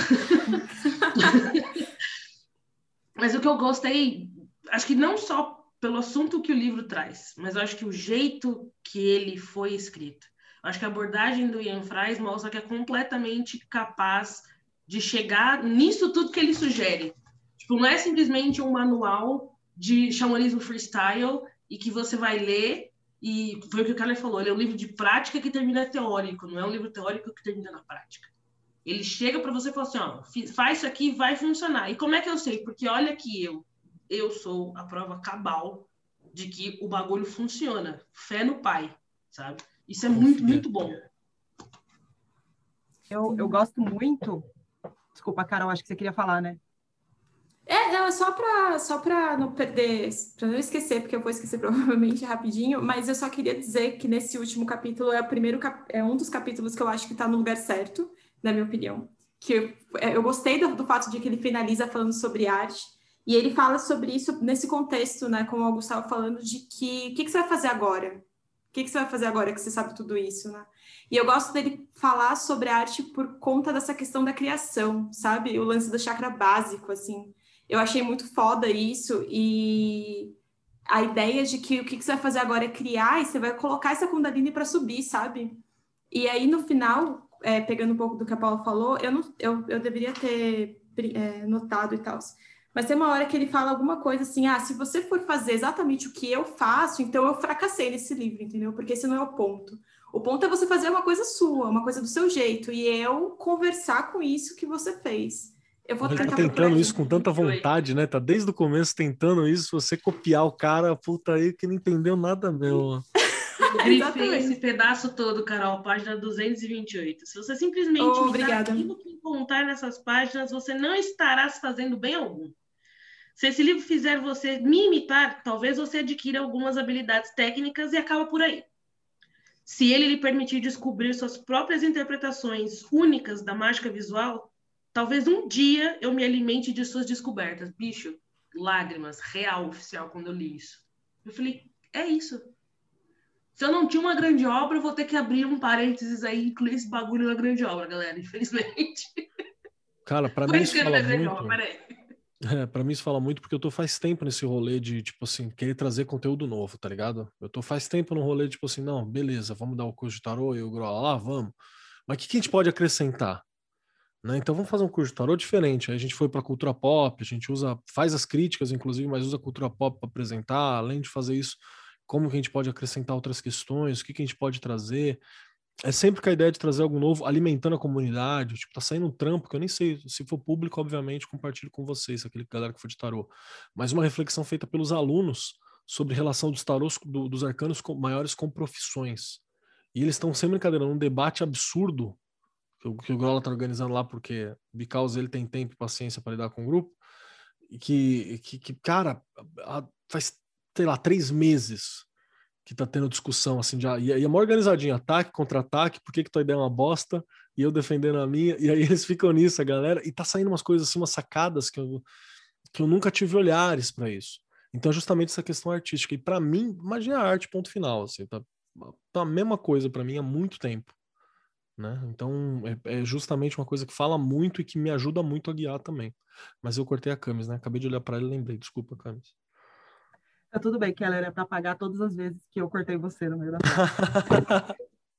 Mas o que eu gostei, acho que não só pelo assunto que o livro traz, mas eu acho que o jeito que ele foi escrito. Acho que a abordagem do Ian Fries mostra que é completamente capaz de chegar nisso tudo que ele sugere. Tipo, não é simplesmente um manual de xamanismo freestyle e que você vai ler e foi o que o Carlos falou, ele é um livro de prática que termina teórico, não é um livro teórico que termina na prática. Ele chega para você e fala assim, ó, faz isso aqui, vai funcionar. E como é que eu sei? Porque olha que eu sou a prova cabal de que o bagulho funciona. Fé no pai, sabe? Isso é muito, muito bom. Eu gosto muito... Desculpa, Carol, acho que você queria falar, né? Não, é só para não perder, para não esquecer, porque eu vou esquecer provavelmente rapidinho, mas eu só queria dizer que nesse último capítulo é o primeiro é um dos capítulos que eu acho que está no lugar certo, na minha opinião. Que eu gostei do fato de que ele finaliza falando sobre arte, e ele fala sobre isso nesse contexto, né, como o Augusto estava falando, de que o que você vai fazer agora? O que você vai fazer agora que você sabe tudo isso, né? E eu gosto dele falar sobre a arte por conta dessa questão da criação, sabe? O lance do chakra básico, assim. Eu achei muito foda isso e a ideia de que o que você vai fazer agora é criar e você vai colocar essa Kundalini para subir, sabe? E aí no final, pegando um pouco do que a Paula falou, eu deveria ter notado e tal. Mas tem uma hora que ele fala alguma coisa assim, se você for fazer exatamente o que eu faço, então eu fracassei nesse livro, entendeu? Porque esse não é o ponto. O ponto é você fazer uma coisa sua, uma coisa do seu jeito, e eu conversar com isso que você fez. Eu vou Ele tá tentar tentando procurar isso com tanta vontade, né? Tá desde o começo tentando isso. Você copiar o cara, puta aí que não entendeu nada, meu. Eu grifei esse Exatamente. pedaço todo, Carol, página 228. Se você simplesmente usar Obrigada. aquilo que encontrar nessas páginas, você não estará se fazendo bem algum. Se esse livro fizer você me imitar, talvez você adquira algumas habilidades técnicas e acaba por aí. Se ele lhe permitir descobrir suas próprias interpretações únicas da mágica visual, talvez um dia eu me alimente de suas descobertas. Bicho, lágrimas, real, oficial, quando eu li isso. Eu falei, é isso. Se eu não tinha uma grande obra, eu vou ter que abrir um parênteses aí e incluir esse bagulho na grande obra, galera. Infelizmente. Cara, pra Vou mim isso escrever fala a grande muito. obra, peraí. Pra mim isso fala muito porque eu tô faz tempo nesse rolê de, tipo assim, querer trazer conteúdo novo, tá ligado? Eu tô faz tempo no rolê, tipo assim, não, beleza, vamos dar o curso de tarô e o Grola lá, vamos. Mas o que a gente pode acrescentar? Né? Então vamos fazer um curso de tarô diferente. Aí a gente foi pra cultura pop, a gente faz as críticas, inclusive, mas usa a cultura pop para apresentar. Além de fazer isso, como que a gente pode acrescentar outras questões, o que a gente pode trazer. É sempre com a ideia de trazer algo novo, alimentando a comunidade. Tipo, tá saindo um trampo que eu nem sei, se for público, obviamente, compartilho com vocês, aquele galera que for de tarô. Mas uma reflexão feita pelos alunos sobre relação dos tarôs, dos arcanos maiores com profissões. E eles estão sem brincadeira num debate absurdo que o Grola tá organizando lá, porque because ele tem tempo e paciência para lidar com o grupo, e que cara, faz, sei lá, 3 meses que tá tendo discussão, assim, e é mó organizadinho, ataque, contra-ataque, por que tua ideia é uma bosta, e eu defendendo a minha, e aí eles ficam nisso, a galera, e tá saindo umas coisas assim, umas sacadas que eu nunca tive olhares para isso. Então, justamente essa questão artística, e para mim, imagina a arte, ponto final, assim, tá a mesma coisa para mim há muito tempo. Né? Então, é justamente uma coisa que fala muito e que me ajuda muito a guiar também. Mas eu cortei a Camis, né? Acabei de olhar para ela e lembrei. Desculpa, Camis. Tá tudo bem, Keller, é para pagar todas as vezes que eu cortei você no meio da frase.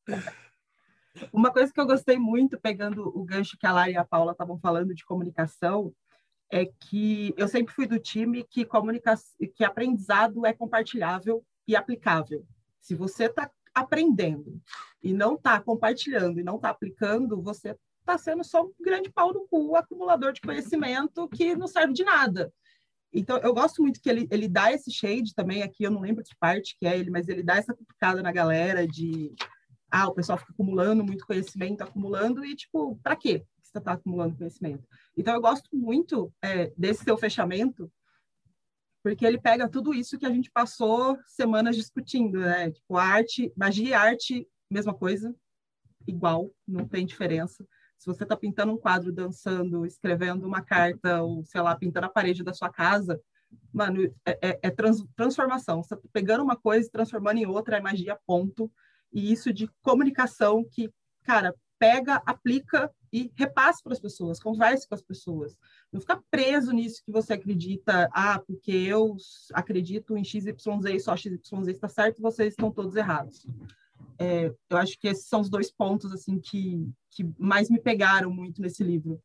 Uma coisa que eu gostei muito, pegando o gancho que a Lara e a Paula estavam falando de comunicação, é que eu sempre fui do time que aprendizado é compartilhável e aplicável. Se você está aprendendo e não está compartilhando e não está aplicando, você está sendo só um grande pau no cu, acumulador de conhecimento que não serve de nada. Então, eu gosto muito que ele dá esse shade também, aqui eu não lembro que parte que é ele, mas ele dá essa cutucada na galera de o pessoal fica acumulando muito conhecimento, acumulando, e tipo, para quê que você está acumulando conhecimento? Então, eu gosto muito desse seu fechamento, porque ele pega tudo isso que a gente passou semanas discutindo, né? Tipo, arte, magia e arte, mesma coisa, igual, não tem diferença. Se você está pintando um quadro, dançando, escrevendo uma carta, ou, sei lá, pintando a parede da sua casa, mano, transformação. Você está pegando uma coisa e transformando em outra, é magia, ponto. E isso de comunicação que, cara, pega, aplica e repassa para as pessoas, converse com as pessoas. Não fica preso nisso que você acredita, porque eu acredito em XYZ e só XYZ está certo, vocês estão todos errados. Eu acho que esses são os dois pontos assim que mais me pegaram muito nesse livro.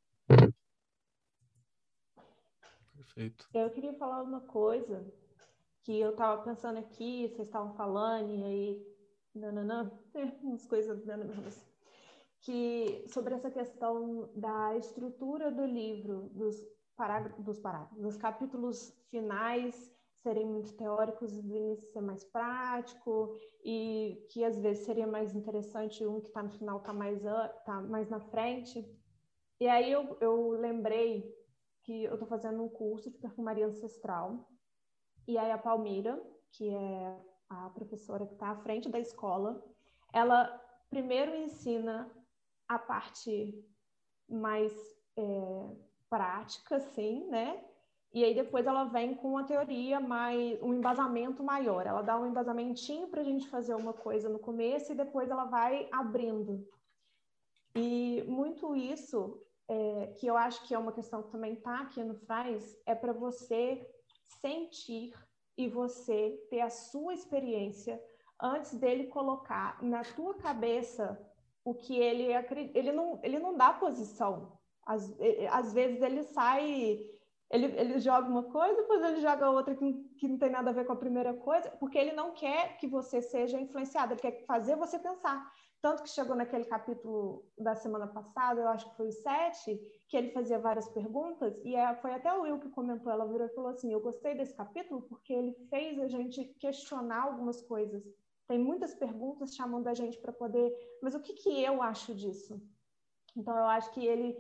Perfeito. Eu queria falar uma coisa que eu estava pensando aqui, vocês estavam falando, e aí, umas coisas dentro da minha cabeça. Sobre essa questão da estrutura do livro, dos capítulos finais serem muito teóricos e do início ser mais prático, e que às vezes seria mais interessante um que está no final tá mais na frente. E aí eu lembrei que eu estou fazendo um curso de perfumaria ancestral, e aí a Palmira, que é a professora que está à frente da escola, ela primeiro ensina a parte mais prática, assim, né? E aí depois ela vem com uma teoria mais, um embasamento maior. Ela dá um embasamentinho para a gente fazer uma coisa no começo e depois ela vai abrindo. E muito isso, que eu acho que é uma questão que também está aqui no Fraz, é para você sentir e você ter a sua experiência antes dele colocar na tua cabeça o que ele acredita. Ele não dá posição. Às vezes ele sai, ele joga uma coisa, depois ele joga outra que não tem nada a ver com a primeira coisa, porque ele não quer que você seja influenciado, ele quer fazer você pensar. Tanto que chegou naquele capítulo da semana passada, eu acho que foi o 7, que ele fazia várias perguntas, e foi até o Will que comentou, ela virou e falou assim, eu gostei desse capítulo porque ele fez a gente questionar algumas coisas. Tem muitas perguntas chamando a gente para poder, mas o que eu acho disso? Então, eu acho que ele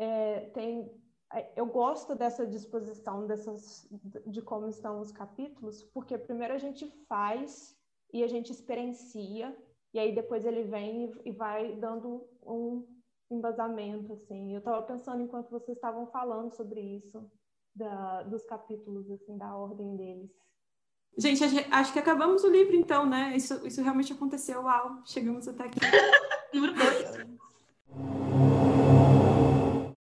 eu gosto dessa disposição, de como estão os capítulos, porque primeiro a gente faz e a gente experiencia, e aí depois ele vem e vai dando um embasamento, assim. Eu estava pensando enquanto vocês estavam falando sobre isso, dos capítulos, assim, da ordem deles. Gente, acho que acabamos o livro, então, né? Isso realmente aconteceu. Uau, chegamos até aqui. Número 2.